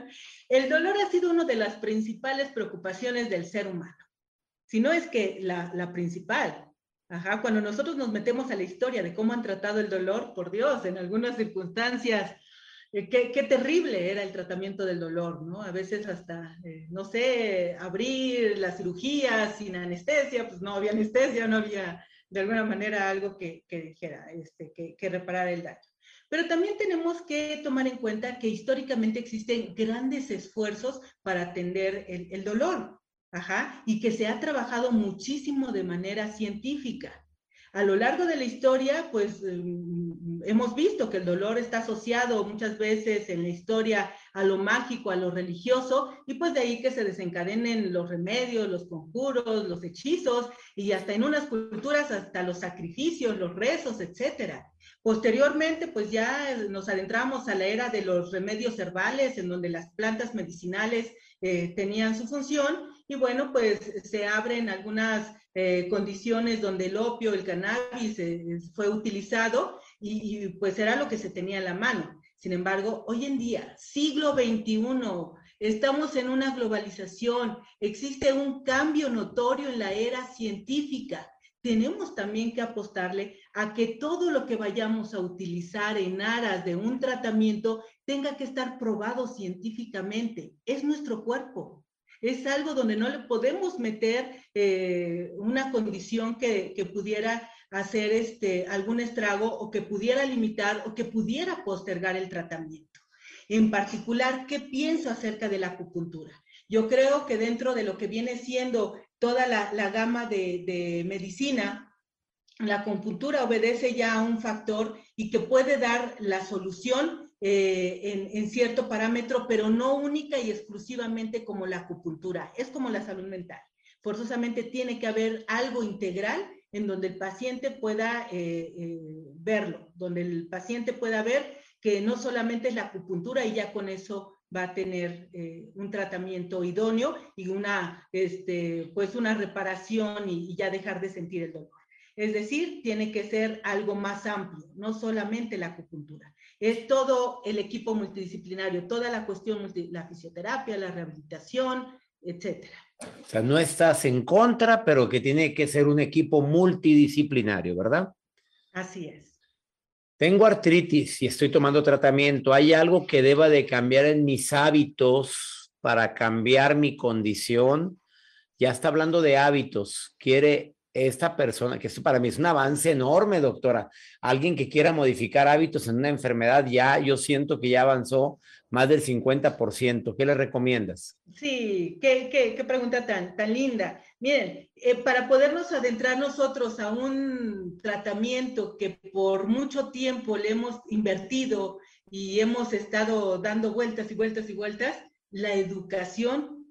El dolor ha sido una de las principales preocupaciones del ser humano. Si no es que la, la principal. Ajá, cuando nosotros nos metemos a la historia de cómo han tratado el dolor, por Dios, en algunas circunstancias, eh, qué, qué terrible era el tratamiento del dolor, ¿no? A veces hasta, eh, no sé, abrir la cirugía sin anestesia, pues no había anestesia, no había de alguna manera algo que, que dijera, este, que, que reparara el daño. Pero también tenemos que tomar en cuenta que históricamente existen grandes esfuerzos para atender el, el dolor, ajá, y que se ha trabajado muchísimo de manera científica. A lo largo de la historia, pues, eh, hemos visto que el dolor está asociado muchas veces en la historia a lo mágico, a lo religioso, y pues de ahí que se desencadenen los remedios, los conjuros, los hechizos, y hasta en unas culturas hasta los sacrificios, los rezos, etcétera. Posteriormente, pues ya nos adentramos a la era de los remedios herbales, en donde las plantas medicinales eh, tenían su función, y bueno, pues se abren algunas eh, condiciones donde el opio, el cannabis eh, fue utilizado, y, y pues era lo que se tenía en la mano. Sin embargo, hoy en día, siglo veintiuno, estamos en una globalización, existe un cambio notorio en la era científica. Tenemos también que apostarle a que todo lo que vayamos a utilizar en aras de un tratamiento tenga que estar probado científicamente. Es nuestro cuerpo. Es algo donde no le podemos meter eh, una condición que, que pudiera hacer este, algún estrago, o que pudiera limitar o que pudiera postergar el tratamiento. En particular, ¿qué pienso acerca de la acupuntura? Yo creo que dentro de lo que viene siendo toda la, la gama de, de medicina, la acupuntura obedece ya a un factor y que puede dar la solución eh, en, en cierto parámetro, pero no única y exclusivamente como la acupuntura. Es como la salud mental. Forzosamente tiene que haber algo integral en donde el paciente pueda eh, eh, verlo, donde el paciente pueda ver que no solamente es la acupuntura y ya con eso va a tener eh, un tratamiento idóneo y una, este, pues una reparación y, y ya dejar de sentir el dolor. Es decir, tiene que ser algo más amplio, no solamente la acupuntura. Es todo el equipo multidisciplinario, toda la cuestión, multi, la fisioterapia, la rehabilitación, etcétera. O sea, no estás en contra, pero que tiene que ser un equipo multidisciplinario, ¿verdad? Así es. Tengo artritis y estoy tomando tratamiento. ¿Hay algo que deba de cambiar en mis hábitos para cambiar mi condición? Ya está hablando de hábitos. Quiere esta persona, que esto para mí es un avance enorme, doctora. Alguien que quiera modificar hábitos en una enfermedad, ya yo siento que ya avanzó más del cincuenta por ciento. ¿Qué le recomiendas? Sí, qué, qué, qué pregunta tan, tan linda. Miren, eh, para podernos adentrar nosotros a un tratamiento que por mucho tiempo le hemos invertido y hemos estado dando vueltas y vueltas y vueltas, la educación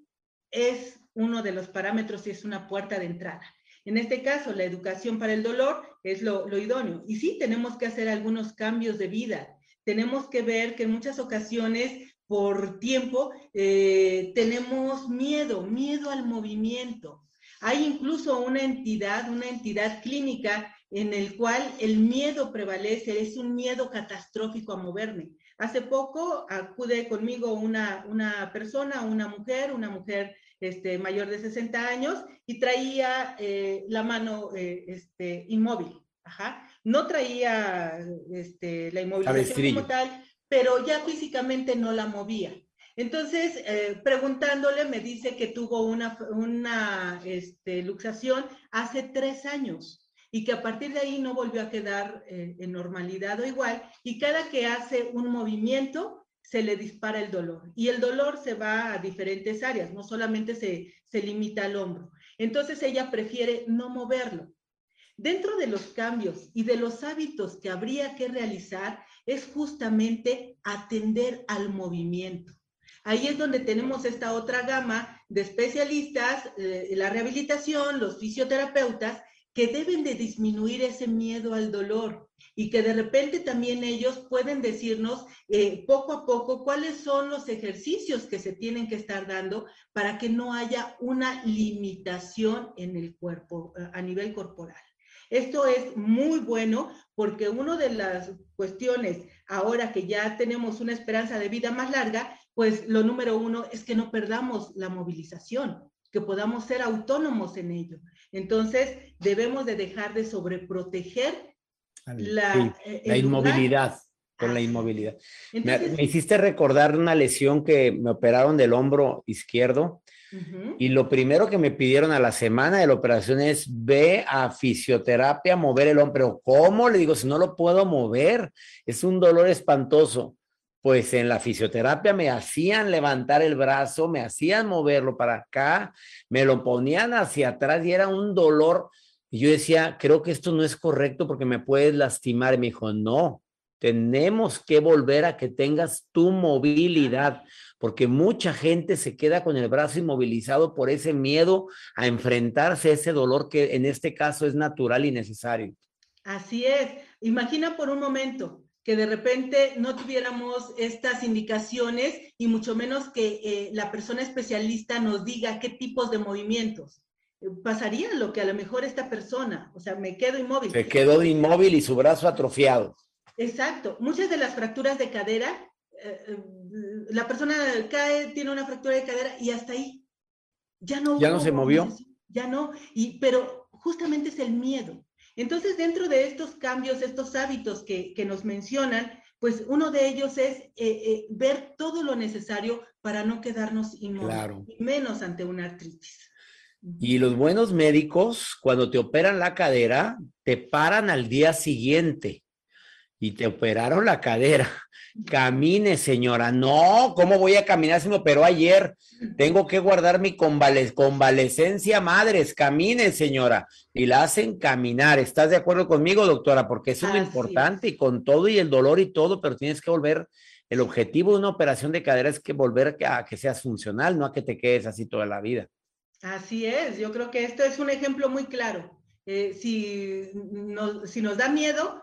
es uno de los parámetros y es una puerta de entrada. En este caso, la educación para el dolor es lo, lo idóneo. Y sí, tenemos que hacer algunos cambios de vida. Tenemos que ver que en muchas ocasiones, por tiempo, eh, tenemos miedo, miedo al movimiento. Hay incluso una entidad, una entidad clínica en el cual el miedo prevalece, es un miedo catastrófico a moverme. Hace poco acude conmigo una, una persona, una mujer, una mujer este, mayor de sesenta años, y traía eh, la mano eh, este, inmóvil. Ajá. No traía este, la inmovilización como tal, pero ya físicamente no la movía. Entonces, eh, preguntándole, me dice que tuvo una, una este, luxación hace tres años y que a partir de ahí no volvió a quedar eh, en normalidad o igual, y cada que hace un movimiento se le dispara el dolor, y el dolor se va a diferentes áreas, no solamente se, se limita al hombro. Entonces ella prefiere no moverlo. Dentro de los cambios y de los hábitos que habría que realizar es justamente atender al movimiento. Ahí es donde tenemos esta otra gama de especialistas, eh, la rehabilitación, los fisioterapeutas, que deben de disminuir ese miedo al dolor y que de repente también ellos pueden decirnos eh, poco a poco cuáles son los ejercicios que se tienen que estar dando para que no haya una limitación en el cuerpo, a nivel corporal. Esto es muy bueno porque una de las cuestiones, ahora que ya tenemos una esperanza de vida más larga, pues lo número uno es que no perdamos la movilización, que podamos ser autónomos en ello. Entonces, debemos de dejar de sobreproteger la, sí, eh, la inmovilidad, con ah, la inmovilidad. Entonces, me, me hiciste recordar una lesión que me operaron del hombro izquierdo. Uh-huh. Y lo primero que me pidieron a la semana de la operación es ve a fisioterapia, mover el hombro. ¿Cómo? Le digo, si no lo puedo mover, es un dolor espantoso. Pues en la fisioterapia me hacían levantar el brazo, me hacían moverlo para acá, me lo ponían hacia atrás y era un dolor. Y yo decía, creo que esto no es correcto porque me puedes lastimar. Y me dijo, no, tenemos que volver a que tengas tu movilidad, porque mucha gente se queda con el brazo inmovilizado por ese miedo a enfrentarse a ese dolor que en este caso es natural y necesario. Así es. Imagina por un momento que de repente no tuviéramos estas indicaciones y mucho menos que eh, la persona especialista nos diga qué tipos de movimientos. Eh, Pasaría lo que a lo mejor esta persona, o sea, me quedo inmóvil. Se quedó de inmóvil y su brazo atrofiado. Exacto. Muchas de las fracturas de cadera, eh, la persona cae, tiene una fractura de cadera y hasta ahí. Ya no, ¿Ya no se movió? Ya no, y, pero justamente es el miedo. Entonces, dentro de estos cambios, estos hábitos que, que nos mencionan, pues uno de ellos es eh, eh, ver todo lo necesario para no quedarnos inmóviles, Claro. y menos ante una artritis. Y los buenos médicos, cuando te operan la cadera, te paran al día siguiente y te operaron la cadera. Camine, señora. No, ¿cómo voy a caminar si me operó ayer? Tengo que guardar mi convale convalecencia, madres. Camine, señora. Y la hacen caminar. ¿Estás de acuerdo conmigo, doctora? Porque eso es lo importante y con todo y el dolor y todo, pero tienes que volver. El objetivo de una operación de cadera es que volver a que seas funcional, no a que te quedes así toda la vida. Así es. Yo creo que esto es un ejemplo muy claro. Eh, si, nos, si nos da miedo,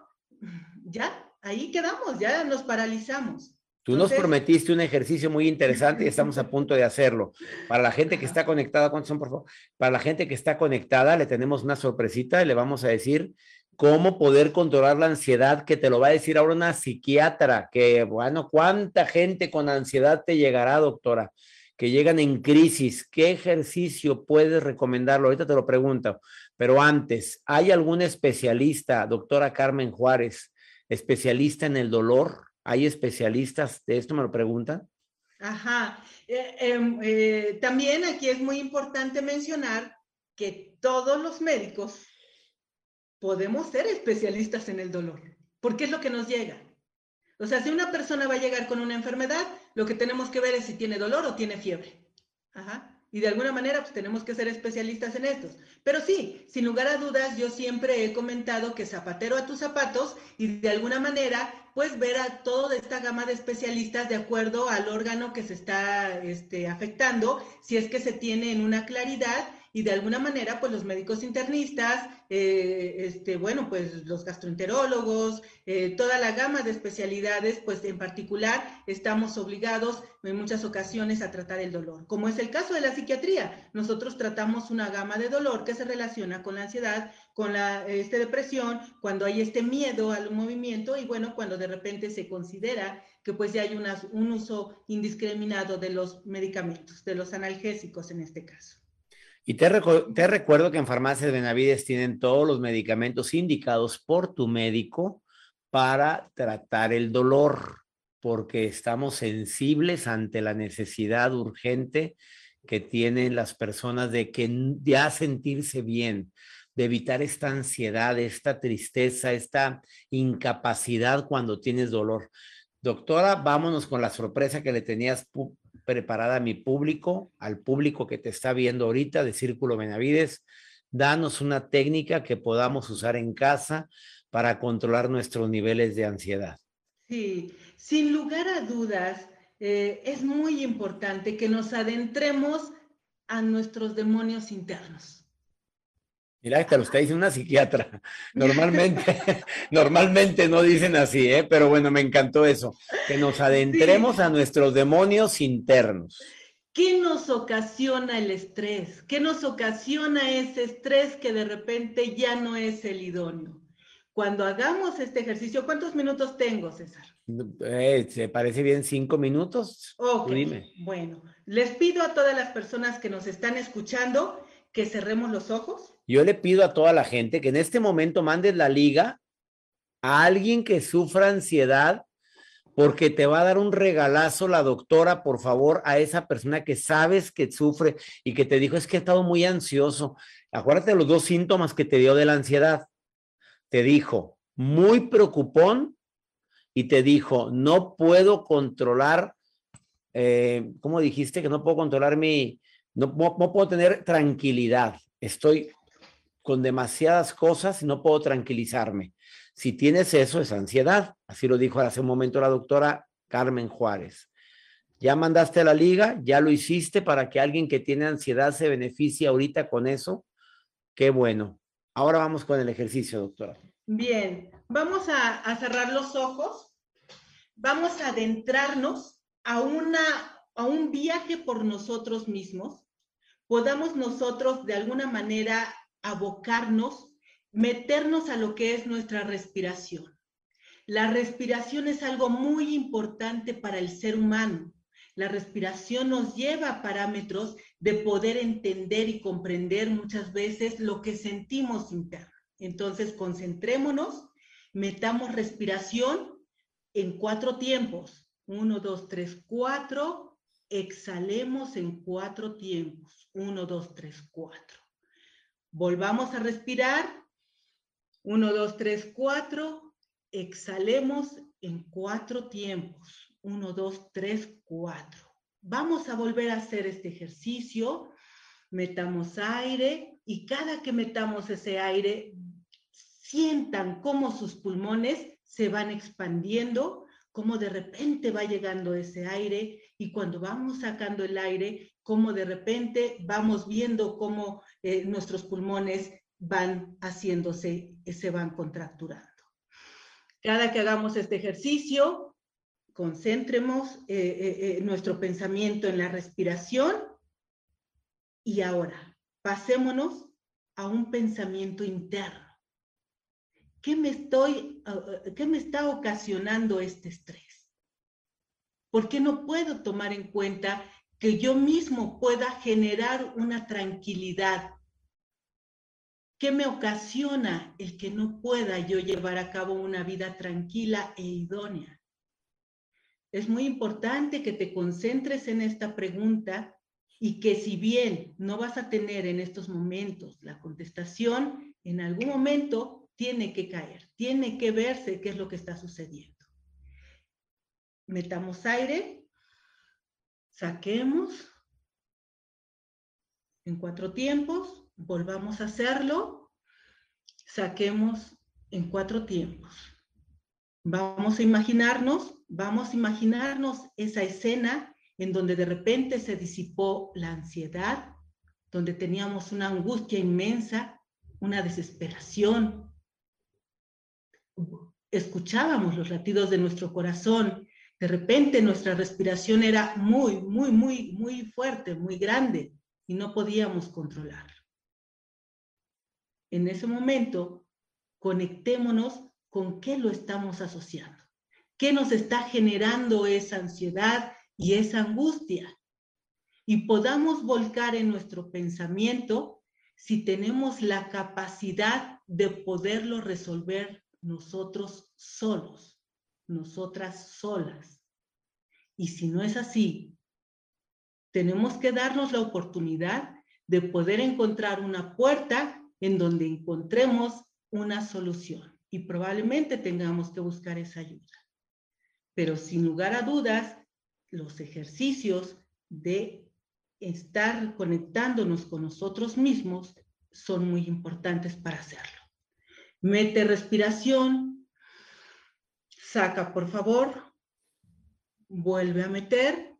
ya. Ahí quedamos, ya nos paralizamos. Tú Entonces, nos prometiste un ejercicio muy interesante y estamos a punto de hacerlo. Para la gente que está conectada, ¿cuántos son, por favor? Para la gente que está conectada, le tenemos una sorpresita y le vamos a decir cómo poder controlar la ansiedad, que te lo va a decir ahora una psiquiatra, que, bueno, ¿cuánta gente con ansiedad te llegará, doctora? Que llegan en crisis. ¿Qué ejercicio puedes recomendarlo? Ahorita te lo pregunto. Pero antes, ¿hay algún especialista, doctora Carmen Juárez, especialista en el dolor? ¿Hay especialistas de esto? ¿Me lo preguntan? Ajá. Eh, eh, eh, también aquí es muy importante mencionar que todos los médicos podemos ser especialistas en el dolor, porque es lo que nos llega. O sea, si una persona va a llegar con una enfermedad, lo que tenemos que ver es si tiene dolor o tiene fiebre. Ajá. Y de alguna manera, pues tenemos que ser especialistas en estos. Pero sí, sin lugar a dudas, yo siempre he comentado que zapatero a tus zapatos y de alguna manera, pues ver a toda esta gama de especialistas de acuerdo al órgano que se está este, afectando, si es que se tiene en una claridad y de alguna manera, pues los médicos internistas, eh, este, bueno, pues los gastroenterólogos, eh, toda la gama de especialidades, pues en particular estamos obligados en muchas ocasiones a tratar el dolor. Como es el caso de la psiquiatría, nosotros tratamos una gama de dolor que se relaciona con la ansiedad, con la este, depresión, cuando hay este miedo al movimiento y bueno, cuando de repente se considera que pues ya hay una, un uso indiscriminado de los medicamentos, de los analgésicos en este caso. Y te, recu te recuerdo que en Farmacias Benavides tienen todos los medicamentos indicados por tu médico para tratar el dolor, porque estamos sensibles ante la necesidad urgente que tienen las personas de que ya sentirse bien, de evitar esta ansiedad, esta tristeza, esta incapacidad cuando tienes dolor. Doctora, vámonos con la sorpresa que le tenías preparada a mi público, al público que te está viendo ahorita de Círculo Benavides. Danos una técnica que podamos usar en casa para controlar nuestros niveles de ansiedad. Sí, sin lugar a dudas, eh, es muy importante que nos adentremos a nuestros demonios internos. Mira, te lo está diciendo una psiquiatra. Normalmente, normalmente no dicen así, ¿eh? Pero bueno, me encantó eso. Que nos adentremos sí. a nuestros demonios internos. ¿Qué nos ocasiona el estrés? ¿Qué nos ocasiona ese estrés que de repente ya no es el idóneo? Cuando hagamos este ejercicio, ¿cuántos minutos tengo, César? Eh, ¿Se parece bien cinco minutos? Ok, dime. Bueno, les pido a todas las personas que nos están escuchando que cerremos los ojos. Yo le pido a toda la gente que en este momento mandes la liga a alguien que sufra ansiedad, porque te va a dar un regalazo la doctora, por favor, a esa persona que sabes que sufre y que te dijo, es que he estado muy ansioso. Acuérdate de los dos síntomas que te dio de la ansiedad. Te dijo, muy preocupón, y te dijo, no puedo controlar, eh, ¿cómo dijiste? Que no puedo controlar mi, no, no, no puedo tener tranquilidad. Estoy con demasiadas cosas y no puedo tranquilizarme. Si tienes eso, es ansiedad. Así lo dijo hace un momento la doctora Carmen Juárez. Ya mandaste a la liga, ya lo hiciste para que alguien que tiene ansiedad se beneficie ahorita con eso. Qué bueno. Ahora vamos con el ejercicio, doctora. Bien, vamos a, a cerrar los ojos. Vamos a adentrarnos a, una, a un viaje por nosotros mismos. Podamos nosotros de alguna manera abocarnos, meternos a lo que es nuestra respiración. La respiración es algo muy importante para el ser humano. La respiración nos lleva a parámetros de poder entender y comprender muchas veces lo que sentimos interno. Entonces, concentrémonos, metamos respiración en cuatro tiempos. Uno, dos, tres, cuatro. Exhalemos en cuatro tiempos. Uno, dos, tres, cuatro. Volvamos a respirar. Uno, dos, tres, cuatro. Exhalemos en cuatro tiempos. Uno, dos, tres, cuatro. Vamos a volver a hacer este ejercicio. Metamos aire y cada que metamos ese aire, sientan cómo sus pulmones se van expandiendo, cómo de repente va llegando ese aire y cuando vamos sacando el aire, cómo de repente vamos viendo cómo eh, nuestros pulmones van haciéndose, se van contracturando. Cada que hagamos este ejercicio, concentremos eh, eh, eh, nuestro pensamiento en la respiración y ahora pasémonos a un pensamiento interno. ¿Qué me, estoy, uh, ¿Qué me está ocasionando este estrés? ¿Por qué no puedo tomar en cuenta que yo mismo pueda generar una tranquilidad? ¿Qué me ocasiona el que no pueda yo llevar a cabo una vida tranquila e idónea? Es muy importante que te concentres en esta pregunta y que si bien no vas a tener en estos momentos la contestación, en algún momento tiene que caer, tiene que verse qué es lo que está sucediendo. Metamos aire, saquemos en cuatro tiempos, volvamos a hacerlo, saquemos en cuatro tiempos. Vamos a imaginarnos, vamos a imaginarnos esa escena en donde de repente se disipó la ansiedad, donde teníamos una angustia inmensa, una desesperación. Escuchábamos los latidos de nuestro corazón, de repente nuestra respiración era muy, muy, muy, muy fuerte, muy grande y no podíamos controlarlo. En ese momento, conectémonos con qué lo estamos asociando, qué nos está generando esa ansiedad y esa angustia. Y podamos volcar en nuestro pensamiento si tenemos la capacidad de poderlo resolver nosotros solos, nosotras solas. Y si no es así, tenemos que darnos la oportunidad de poder encontrar una puerta en donde encontremos una solución. Y probablemente tengamos que buscar esa ayuda. Pero sin lugar a dudas, los ejercicios de estar conectándonos con nosotros mismos son muy importantes para hacerlo. Mete respiración, saca por favor, vuelve a meter,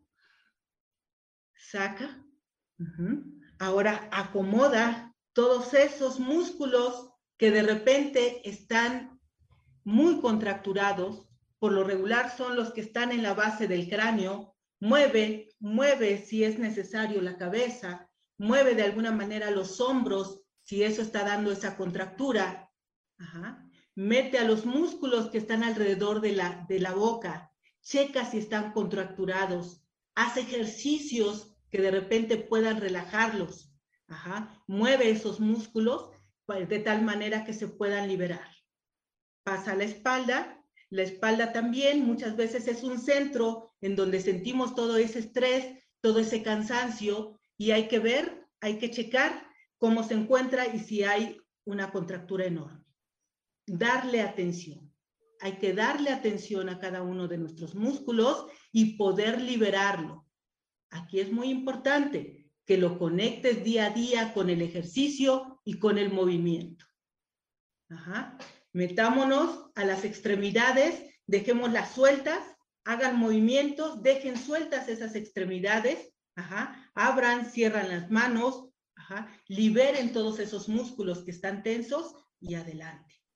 saca. Uh-huh. Ahora acomoda todos esos músculos que de repente están muy contracturados, por lo regular son los que están en la base del cráneo. Mueve, mueve si es necesario la cabeza, mueve de alguna manera los hombros si eso está dando esa contractura. Ajá. Mete a los músculos que están alrededor de la, de la boca, checa si están contracturados, haz ejercicios que de repente puedan relajarlos. Ajá. Mueve esos músculos de tal manera que se puedan liberar. Pasa a la espalda. La espalda también muchas veces es un centro en donde sentimos todo ese estrés, todo ese cansancio y hay que ver, hay que checar cómo se encuentra y si hay una contractura enorme. Darle atención. Hay que darle atención a cada uno de nuestros músculos y poder liberarlo. Aquí es muy importante que lo conectes día a día con el ejercicio y con el movimiento. Ajá. Metámonos a las extremidades, dejémoslas sueltas, hagan movimientos, dejen sueltas esas extremidades, ajá, abran, cierran las manos, ajá, liberen todos esos músculos que están tensos y adelante.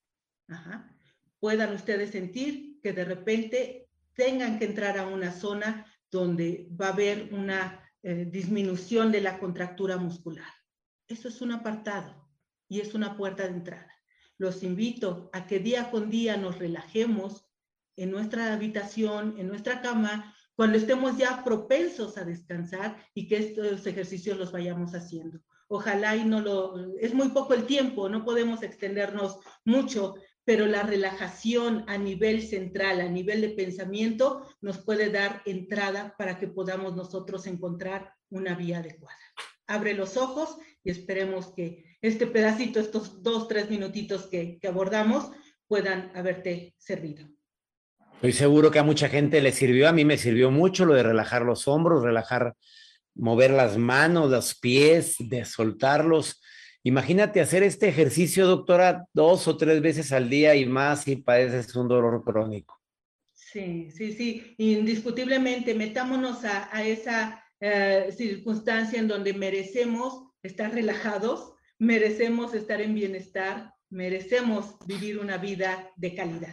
ajá, puedan ustedes sentir que de repente tengan que entrar a una zona donde va a haber una eh, disminución de la contractura muscular. Eso es un apartado y es una puerta de entrada. Los invito a que día con día nos relajemos en nuestra habitación, en nuestra cama, cuando estemos ya propensos a descansar y que estos ejercicios los vayamos haciendo. Ojalá y no lo... Es muy poco el tiempo, no podemos extendernos mucho, pero la relajación a nivel central, a nivel de pensamiento, nos puede dar entrada para que podamos nosotros encontrar una vía adecuada. Abre los ojos y esperemos que este pedacito, estos dos, tres minutitos que, que abordamos, puedan haberte servido. Estoy seguro que a mucha gente le sirvió, a mí me sirvió mucho lo de relajar los hombros, relajar, mover las manos, los pies, de soltarlos. Imagínate hacer este ejercicio, doctora, dos o tres veces al día y más si padeces un dolor crónico. Sí, sí, sí, indiscutiblemente, metámonos a, a esa eh, circunstancia en donde merecemos estar relajados, merecemos estar en bienestar, merecemos vivir una vida de calidad.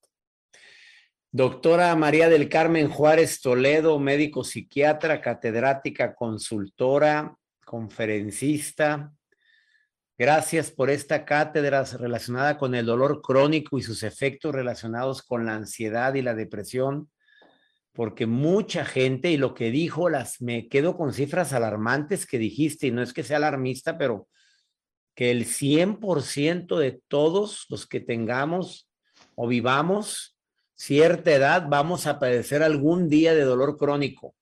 Doctora María del Carmen Juárez Toledo, médico psiquiatra, catedrática, consultora, conferencista. Gracias por esta cátedra relacionada con el dolor crónico y sus efectos relacionados con la ansiedad y la depresión, porque mucha gente, y lo que dijo, las, me quedo con cifras alarmantes que dijiste, y no es que sea alarmista, pero que el cien por ciento de todos los que tengamos o vivamos cierta edad vamos a padecer algún día de dolor crónico.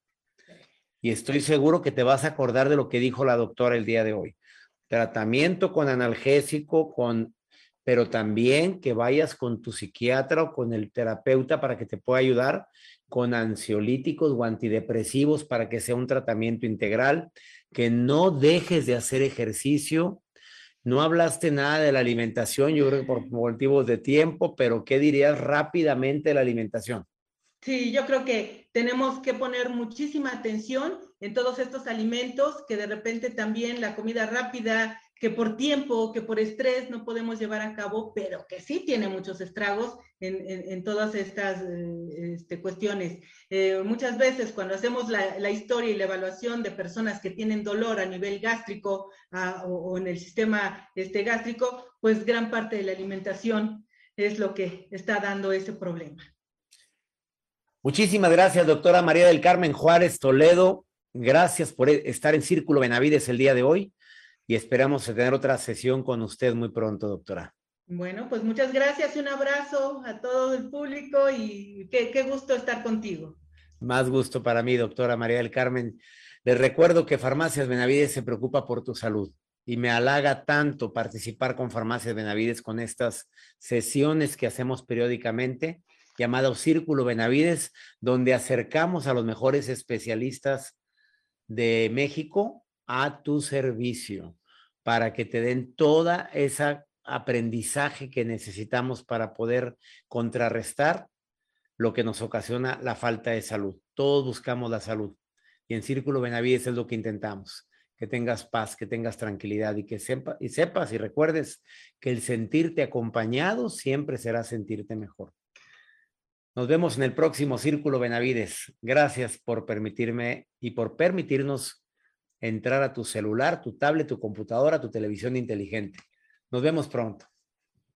Y estoy seguro que te vas a acordar de lo que dijo la doctora el día de hoy. Tratamiento con analgésico, con, pero también que vayas con tu psiquiatra o con el terapeuta para que te pueda ayudar con ansiolíticos o antidepresivos para que sea un tratamiento integral, que no dejes de hacer ejercicio. No hablaste nada de la alimentación, yo creo que por motivos de tiempo, pero ¿qué dirías rápidamente de la alimentación? Sí, yo creo que tenemos que poner muchísima atención en todos estos alimentos, que de repente también la comida rápida, que por tiempo, que por estrés no podemos llevar a cabo, pero que sí tiene muchos estragos en, en, en todas estas eh, este, cuestiones. Eh, muchas veces cuando hacemos la, la historia y la evaluación de personas que tienen dolor a nivel gástrico ah, o, o en el sistema este, gástrico, pues gran parte de la alimentación es lo que está dando ese problema. Muchísimas gracias, doctora María del Carmen Juárez Toledo. Gracias por estar en Círculo Benavides el día de hoy y esperamos tener otra sesión con usted muy pronto, doctora. Bueno, pues muchas gracias y un abrazo a todo el público y qué, qué gusto estar contigo. Más gusto para mí, doctora María del Carmen. Les recuerdo que Farmacias Benavides se preocupa por tu salud y me halaga tanto participar con Farmacias Benavides con estas sesiones que hacemos periódicamente, llamado Círculo Benavides, donde acercamos a los mejores especialistas de México a tu servicio para que te den toda esa aprendizaje que necesitamos para poder contrarrestar lo que nos ocasiona la falta de salud. Todos buscamos la salud y en Círculo Benavides es lo que intentamos, que tengas paz, que tengas tranquilidad y que sepa, y sepas y recuerdes que el sentirte acompañado siempre será sentirte mejor. Nos vemos en el próximo Círculo Benavides. Gracias por permitirme y por permitirnos entrar a tu celular, tu tablet, tu computadora, tu televisión inteligente. Nos vemos pronto.